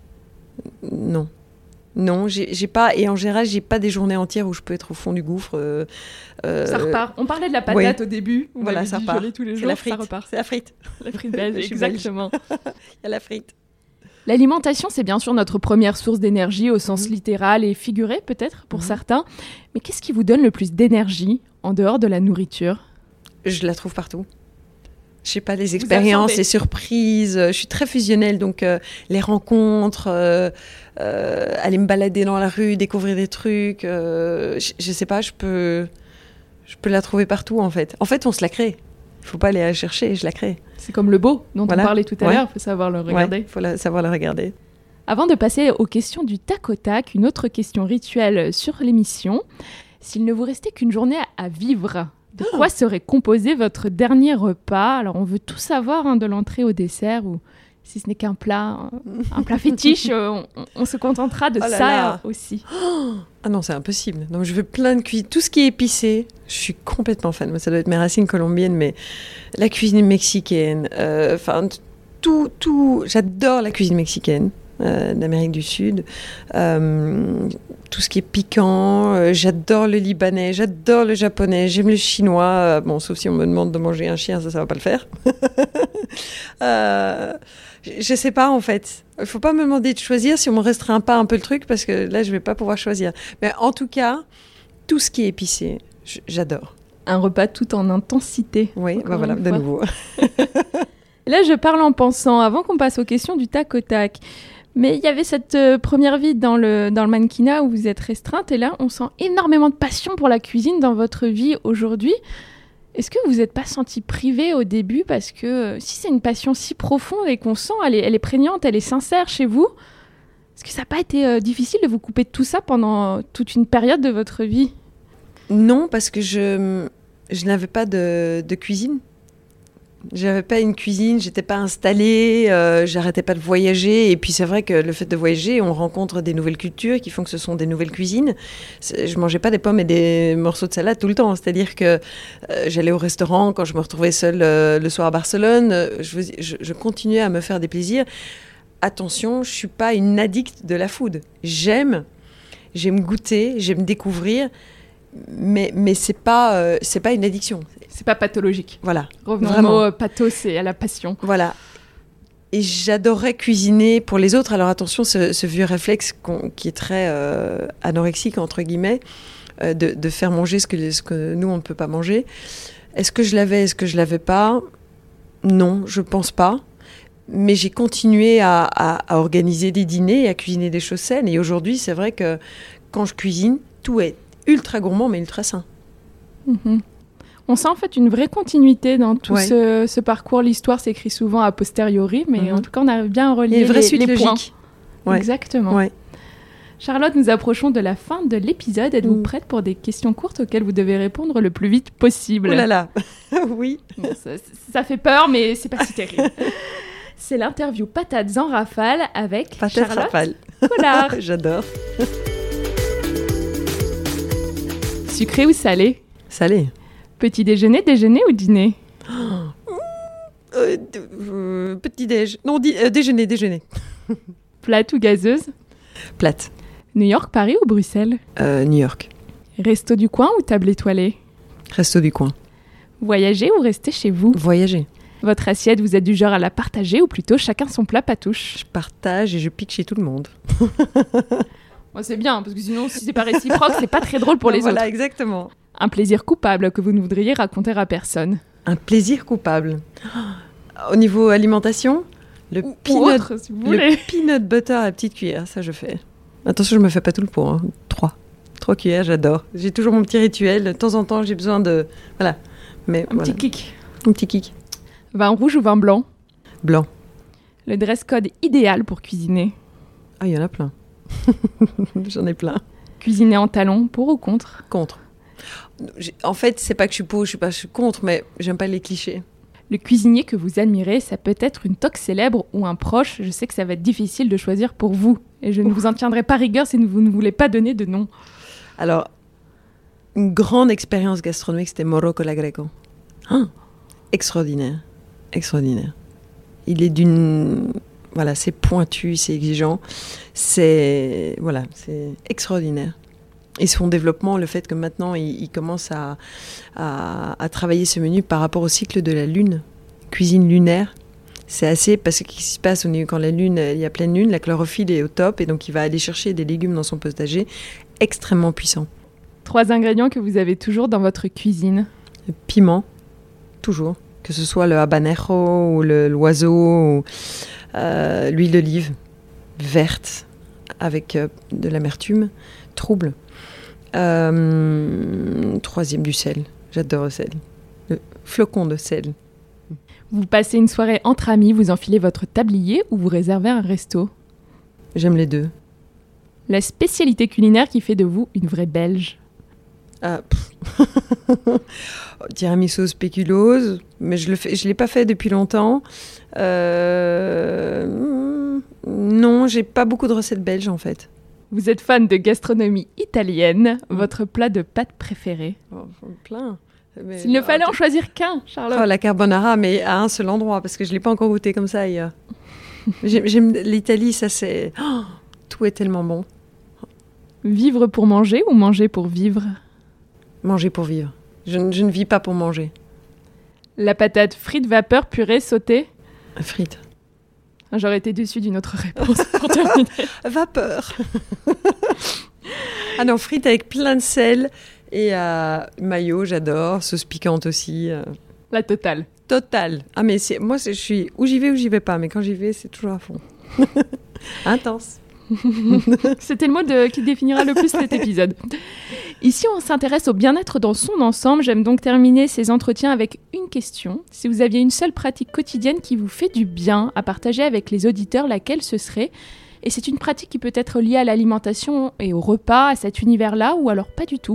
Non. Non, j'ai, j'ai pas, et en général, j'ai pas des journées entières où je peux être au fond du gouffre. Euh, euh, ça repart. On parlait de la patate oui. au début. Vous voilà, ça dit, repart. Tous les c'est jours, la frite. Ça repart. C'est la frite. La frite belge, exactement. Il y a la frite. L'alimentation, c'est bien sûr notre première source d'énergie au sens mmh. littéral et figuré, peut-être, pour mmh. certains. Mais qu'est-ce qui vous donne le plus d'énergie en dehors de la nourriture? Je la trouve partout. Je sais pas, les expériences, les surprises. Je suis très fusionnelle, donc euh, les rencontres, euh, euh, aller me balader dans la rue, découvrir des trucs. Euh, je, je sais pas, je peux, je peux la trouver partout en fait. En fait, on se la crée. Il faut pas aller la chercher, je la crée. C'est comme le beau dont voilà. on parlait tout à ouais. l'heure. Il faut savoir le regarder. Il ouais, faut savoir le regarder. Avant de passer aux questions du tac au tac, une autre question rituelle sur l'émission. S'il ne vous restait qu'une journée à vivre, de quoi serait composé votre dernier repas? Alors, on veut tout savoir, hein, de l'entrée au dessert, ou si ce n'est qu'un plat, un plat fétiche, on, on se contentera de oh ça là. aussi. Oh ah non, c'est impossible. Donc, je veux plein de cuisine. Tout ce qui est épicé, je suis complètement fan. Moi, ça doit être mes racines colombiennes, mais la cuisine mexicaine, enfin, euh, tout, tout. J'adore la cuisine mexicaine. Euh, d'Amérique du Sud, euh, tout ce qui est piquant, euh, j'adore le libanais, j'adore le japonais, j'aime le chinois, euh, bon, sauf si on me demande de manger un chien, ça, ça va pas le faire. euh, je sais pas, en fait. Il faut pas me demander de choisir si on me restreint pas un peu le truc, parce que là, je vais pas pouvoir choisir. Mais en tout cas, tout ce qui est épicé, j'adore. Un repas tout en intensité. Oui, bah voilà, de nouveau. Là, je parle en pensant, avant qu'on passe aux questions du tac au tac. Mais il y avait cette euh, première vie dans le, dans le mannequinat où vous êtes restreinte, et là, on sent énormément de passion pour la cuisine dans votre vie aujourd'hui. Est-ce que vous n'êtes pas sentie privée au début? Parce que euh, si c'est une passion si profonde et qu'on sent, elle est, elle est prégnante, elle est sincère chez vous, est-ce que ça n'a pas été euh, difficile de vous couper de tout ça pendant euh, toute une période de votre vie? Non, parce que je, je n'avais pas de, de cuisine. J'avais pas une cuisine, j'étais pas installée, euh, j'arrêtais pas de voyager. Et puis c'est vrai que le fait de voyager, on rencontre des nouvelles cultures qui font que ce sont des nouvelles cuisines. C'est, je mangeais pas des pommes et des morceaux de salade tout le temps. C'est-à-dire que euh, j'allais au restaurant quand je me retrouvais seule euh, le soir à Barcelone. Je, je, je continuais à me faire des plaisirs. Attention, je suis pas une addict de la food. J'aime, j'aime goûter, j'aime découvrir. Mais, mais c'est pas, euh, c'est pas une addiction. C'est pas pathologique. Voilà. Revenons Vraiment. au mot euh, pathos et à la passion. Voilà. Et j'adorais cuisiner pour les autres. Alors attention, ce, ce vieux réflexe qu'on, qui est très euh, anorexique, entre guillemets, euh, de, de faire manger ce que, ce que nous, on ne peut pas manger. Est-ce que je l'avais, est-ce que je l'avais pas? Non, je pense pas. Mais j'ai continué à, à, à organiser des dîners et à cuisiner des choses saines. Et aujourd'hui, c'est vrai que quand je cuisine, tout est ultra gourmand, mais ultra sain. Mmh. On sent en fait une vraie continuité dans tout ouais. ce, ce parcours. L'histoire s'écrit souvent a posteriori, mais mmh. en tout cas, on arrive bien à relier les, vraie les, suite les logique. points. Ouais. Exactement. Ouais. Charlotte, nous approchons de la fin de l'épisode. Êtes-vous mmh. prête pour des questions courtes auxquelles vous devez répondre le plus vite possible? Oh là là. Oui. Bon, ça, ça fait peur, mais c'est pas si terrible. C'est l'interview Patates en rafale avec Patates Charlotte rafale. Collard. J'adore. Sucré ou salé? Salé. Petit déjeuner, déjeuner ou dîner? oh, euh, euh, Petit déj. Non, di- euh, déjeuner, déjeuner. Plate ou gazeuse? Plate. New York, Paris ou Bruxelles? euh, New York. Resto du coin ou table étoilée? Resto du coin. Voyager ou rester chez vous? Voyager. Votre assiette, vous êtes du genre à la partager ou plutôt chacun son plat patouche? Je partage et je pique chez tout le monde. Bon, c'est bien, parce que sinon, si c'est pas réciproque, c'est pas très drôle pour non, les voilà, autres. Voilà, exactement. Un plaisir coupable que vous ne voudriez raconter à personne? Un plaisir coupable. Au niveau alimentation, le, ou, peanut, ou autre, si vous voulez. Le peanut butter à petite cuillère, ça je fais. Attention, je me fais pas tout le pot. Hein. Trois. Trois cuillères, j'adore. J'ai toujours mon petit rituel. De temps en temps, j'ai besoin de... Voilà. Mais, un voilà. petit kick. Un petit kick. Vin rouge ou vin blanc? Blanc. Le dress code idéal pour cuisiner? Ah, il y en a plein. J'en ai plein. Cuisiner en talons, pour ou contre? Contre. J'ai... En fait, c'est pas que je suis pour, je suis pas je suis contre, mais j'aime pas les clichés. Le cuisinier que vous admirez, ça peut être une toque célèbre ou un proche. Je sais que ça va être difficile de choisir pour vous. Et je ne vous en tiendrai pas rigueur si vous ne voulez pas donner de nom. Alors, une grande expérience gastronomique, c'était Moro Colagreco. Ah, extraordinaire. Extraordinaire. Il est d'une... Voilà, c'est pointu, c'est exigeant. C'est... Voilà, c'est extraordinaire. Et son développement, le fait que maintenant, il, il commence à, à, à travailler ce menu par rapport au cycle de la lune. Cuisine lunaire. C'est assez... Parce que ce qui se passe quand la lune, il y a pleine lune, la chlorophylle est au top. Et donc, il va aller chercher des légumes dans son potager. Extrêmement puissant. Trois ingrédients que vous avez toujours dans votre cuisine. Le piment, toujours. Que ce soit le habanero ou le, l'oiseau, ou euh, l'huile d'olive verte avec euh, de l'amertume, trouble. Euh, troisième, du sel. J'adore le sel. Le flocon de sel. Vous passez une soirée entre amis, vous enfilez votre tablier ou vous réservez un resto? J'aime les deux. La spécialité culinaire qui fait de vous une vraie Belge? Ah, tiramisu spéculose, mais je le fais, je l'ai pas fait depuis longtemps. Euh, non, j'ai pas beaucoup de recettes belges en fait. Vous êtes fan de gastronomie italienne. Mmh. Votre plat de pâtes préféré? Oh, plein. Mais, S'il ne oh, fallait en choisir qu'un, Charlotte. Oh, la carbonara, mais à un seul endroit, parce que je l'ai pas encore goûté comme ça ailleurs. j'aime, j'aime l'Italie, ça c'est, oh, tout est tellement bon. Vivre pour manger ou manger pour vivre? Manger pour vivre. Je, je ne vis pas pour manger. La patate frite, vapeur, purée, sautée? Frite. J'aurais été déçue d'une autre réponse pour terminer. Vapeur. Ah non, frite avec plein de sel et euh, mayo, j'adore. Sauce piquante aussi. Euh. La totale. Totale. Ah mais c'est, moi, c'est, je suis où j'y vais ou j'y vais pas. Mais quand j'y vais, c'est toujours à fond. Intense. C'était le mot de, qui définira le plus cet épisode. Ici, on s'intéresse au bien-être dans son ensemble. J'aime donc terminer ces entretiens avec une question. Si vous aviez une seule pratique quotidienne qui vous fait du bien à partager avec les auditeurs, laquelle ce serait ? Et c'est une pratique qui peut être liée à l'alimentation et au repas, à cet univers-là, ou alors pas du tout ?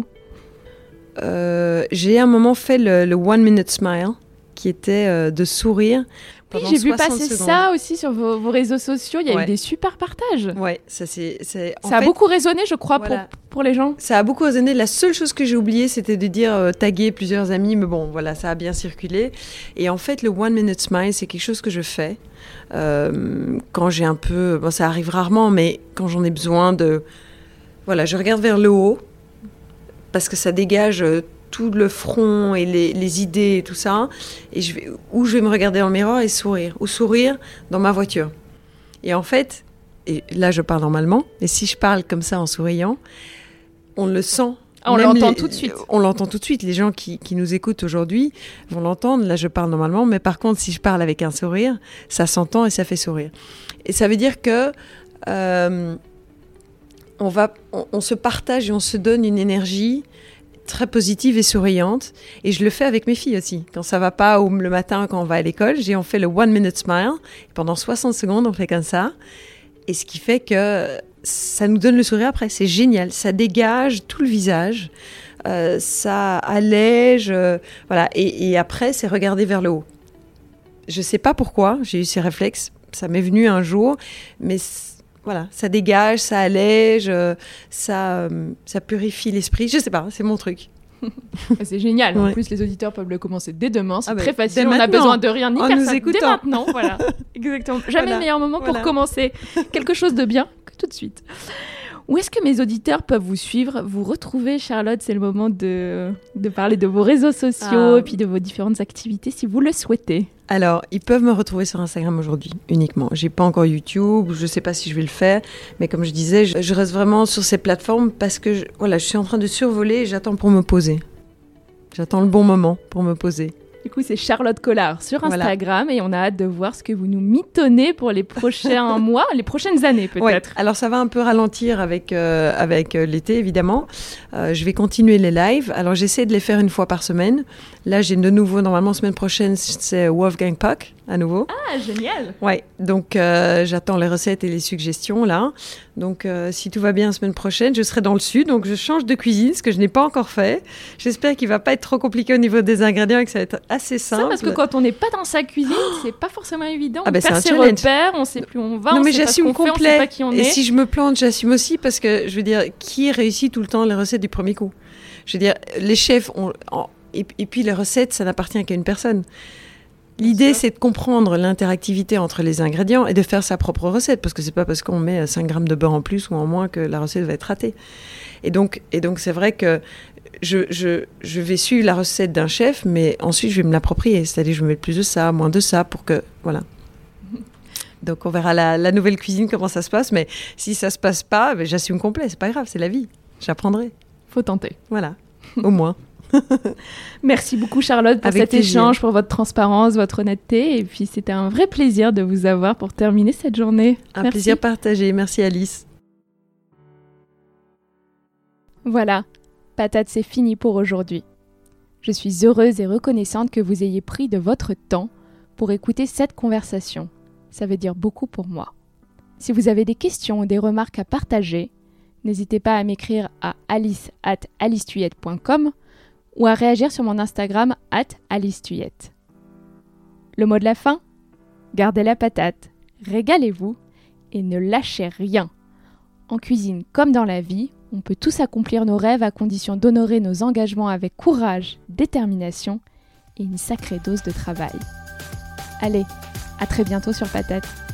euh, J'ai à un moment fait le, le One Minute Smile, qui était euh, de sourire. Oui, j'ai vu passer secondes. Ça aussi sur vos, vos réseaux sociaux. Il y a ouais. eu des super partages. Ouais, ça c'est. c'est ça a fait, beaucoup résonné, je crois, voilà. pour, pour les gens. Ça a beaucoup résonné. La seule chose que j'ai oubliée, c'était de dire euh, taguer plusieurs amis. Mais bon, voilà, ça a bien circulé. Et en fait, le One Minute Smile, c'est quelque chose que je fais euh, quand j'ai un peu. Bon, ça arrive rarement, mais quand j'en ai besoin de. Voilà, je regarde vers le haut parce que ça dégage. Euh, tout le front et les, les idées et tout ça, et je vais, ou je vais me regarder dans le miroir et sourire, ou sourire dans ma voiture. Et en fait, et là je parle normalement, et si je parle comme ça en souriant, on le sent. Ah, on l'entend les, tout de suite. On l'entend tout de suite. Les gens qui, qui nous écoutent aujourd'hui vont l'entendre. Là, je parle normalement, mais par contre, si je parle avec un sourire, ça s'entend et ça fait sourire. Et ça veut dire que euh, on, va, on, on se partage et on se donne une énergie très positive et souriante, et je le fais avec mes filles aussi. Quand ça va pas, ou le matin quand on va à l'école, j'ai, on fait le one minute smile, et pendant soixante secondes on fait comme ça, et ce qui fait que ça nous donne le sourire après. C'est génial, ça dégage tout le visage, euh, ça allège, euh, voilà, et, et après c'est regarder vers le haut. Je sais pas pourquoi j'ai eu ces réflexes, ça m'est venu un jour, mais voilà, ça dégage, ça allège, ça, ça purifie l'esprit. Je sais pas, c'est mon truc. C'est génial. Ouais. En plus, les auditeurs peuvent le commencer dès demain. C'est ah très bah, facile. On n'a besoin de rien ni personne. Nous écoutant. Dès maintenant, voilà. Exactement. Jamais voilà. meilleur moment voilà. pour commencer quelque chose de bien que tout de suite. Où est-ce que mes auditeurs peuvent vous suivre, vous retrouver, Charlotte ? C'est le moment de, de parler de vos réseaux sociaux ah. et puis de vos différentes activités, si vous le souhaitez. Alors, ils peuvent me retrouver sur Instagram aujourd'hui, uniquement. J'ai pas encore YouTube, je sais pas si je vais le faire, mais comme je disais, je, je reste vraiment sur ces plateformes parce que je, voilà, je suis en train de survoler et j'attends pour me poser. J'attends le bon moment pour me poser. Du coup, c'est Charlotte Collard sur Instagram voilà. et on a hâte de voir ce que vous nous mitonnez pour les prochains mois, les prochaines années peut-être. Ouais. Alors, ça va un peu ralentir avec, euh, avec euh, l'été, évidemment. Euh, je vais continuer les lives. Alors, j'essaie de les faire une fois par semaine. Là, j'ai de nouveau, normalement, semaine prochaine, c'est Wolfgang Puck, à nouveau. Ah, génial! Ouais, donc euh, j'attends les recettes et les suggestions, là. Donc, euh, si tout va bien la semaine prochaine, je serai dans le sud. Donc, je change de cuisine, ce que je n'ai pas encore fait. J'espère qu'il ne va pas être trop compliqué au niveau des ingrédients et que ça va être assez simple. Ça, parce que quand on n'est pas dans sa cuisine, c'est pas forcément évident. Ah ben, on perd ses repères, on ne sait plus où on va, non, on mais sait j'assume pas ce qu'on complet. fait, on sait pas qui on et est. Et si je me plante, j'assume aussi parce que, je veux dire, qui réussit tout le temps les recettes du premier coup ? Je veux dire, les chefs, ont, en, et, et puis les recettes, ça n'appartient qu'à une personne. L'idée, c'est de comprendre l'interactivité entre les ingrédients et de faire sa propre recette, parce que c'est pas parce qu'on met cinq grammes de beurre en plus ou en moins que la recette va être ratée. Et donc, et donc c'est vrai que je, je, je vais suivre la recette d'un chef, mais ensuite, je vais me l'approprier. C'est-à-dire, je vais mettre plus de ça, moins de ça, pour que... Voilà. Donc, on verra la, la nouvelle cuisine, comment ça se passe. Mais si ça se passe pas, ben, j'assume complet. C'est pas grave, c'est la vie. J'apprendrai. Faut tenter. Voilà, au moins. Merci beaucoup Charlotte pour Avec cet plaisir. échange, pour votre transparence, votre honnêteté, et puis c'était un vrai plaisir de vous avoir pour terminer cette journée. Un Merci. plaisir partagé, merci Alice. Voilà, Patate, c'est fini pour aujourd'hui. Je suis heureuse et reconnaissante que vous ayez pris de votre temps pour écouter cette conversation. Ça veut dire beaucoup pour moi. Si vous avez des questions ou des remarques à partager, n'hésitez pas à m'écrire à alice arobase alicetuyette point com ou à réagir sur mon Instagram arobase alicetuyette. Le mot de la fin ? Gardez la patate, régalez-vous et ne lâchez rien. En cuisine comme dans la vie, on peut tous accomplir nos rêves à condition d'honorer nos engagements avec courage, détermination et une sacrée dose de travail. Allez, à très bientôt sur Patate.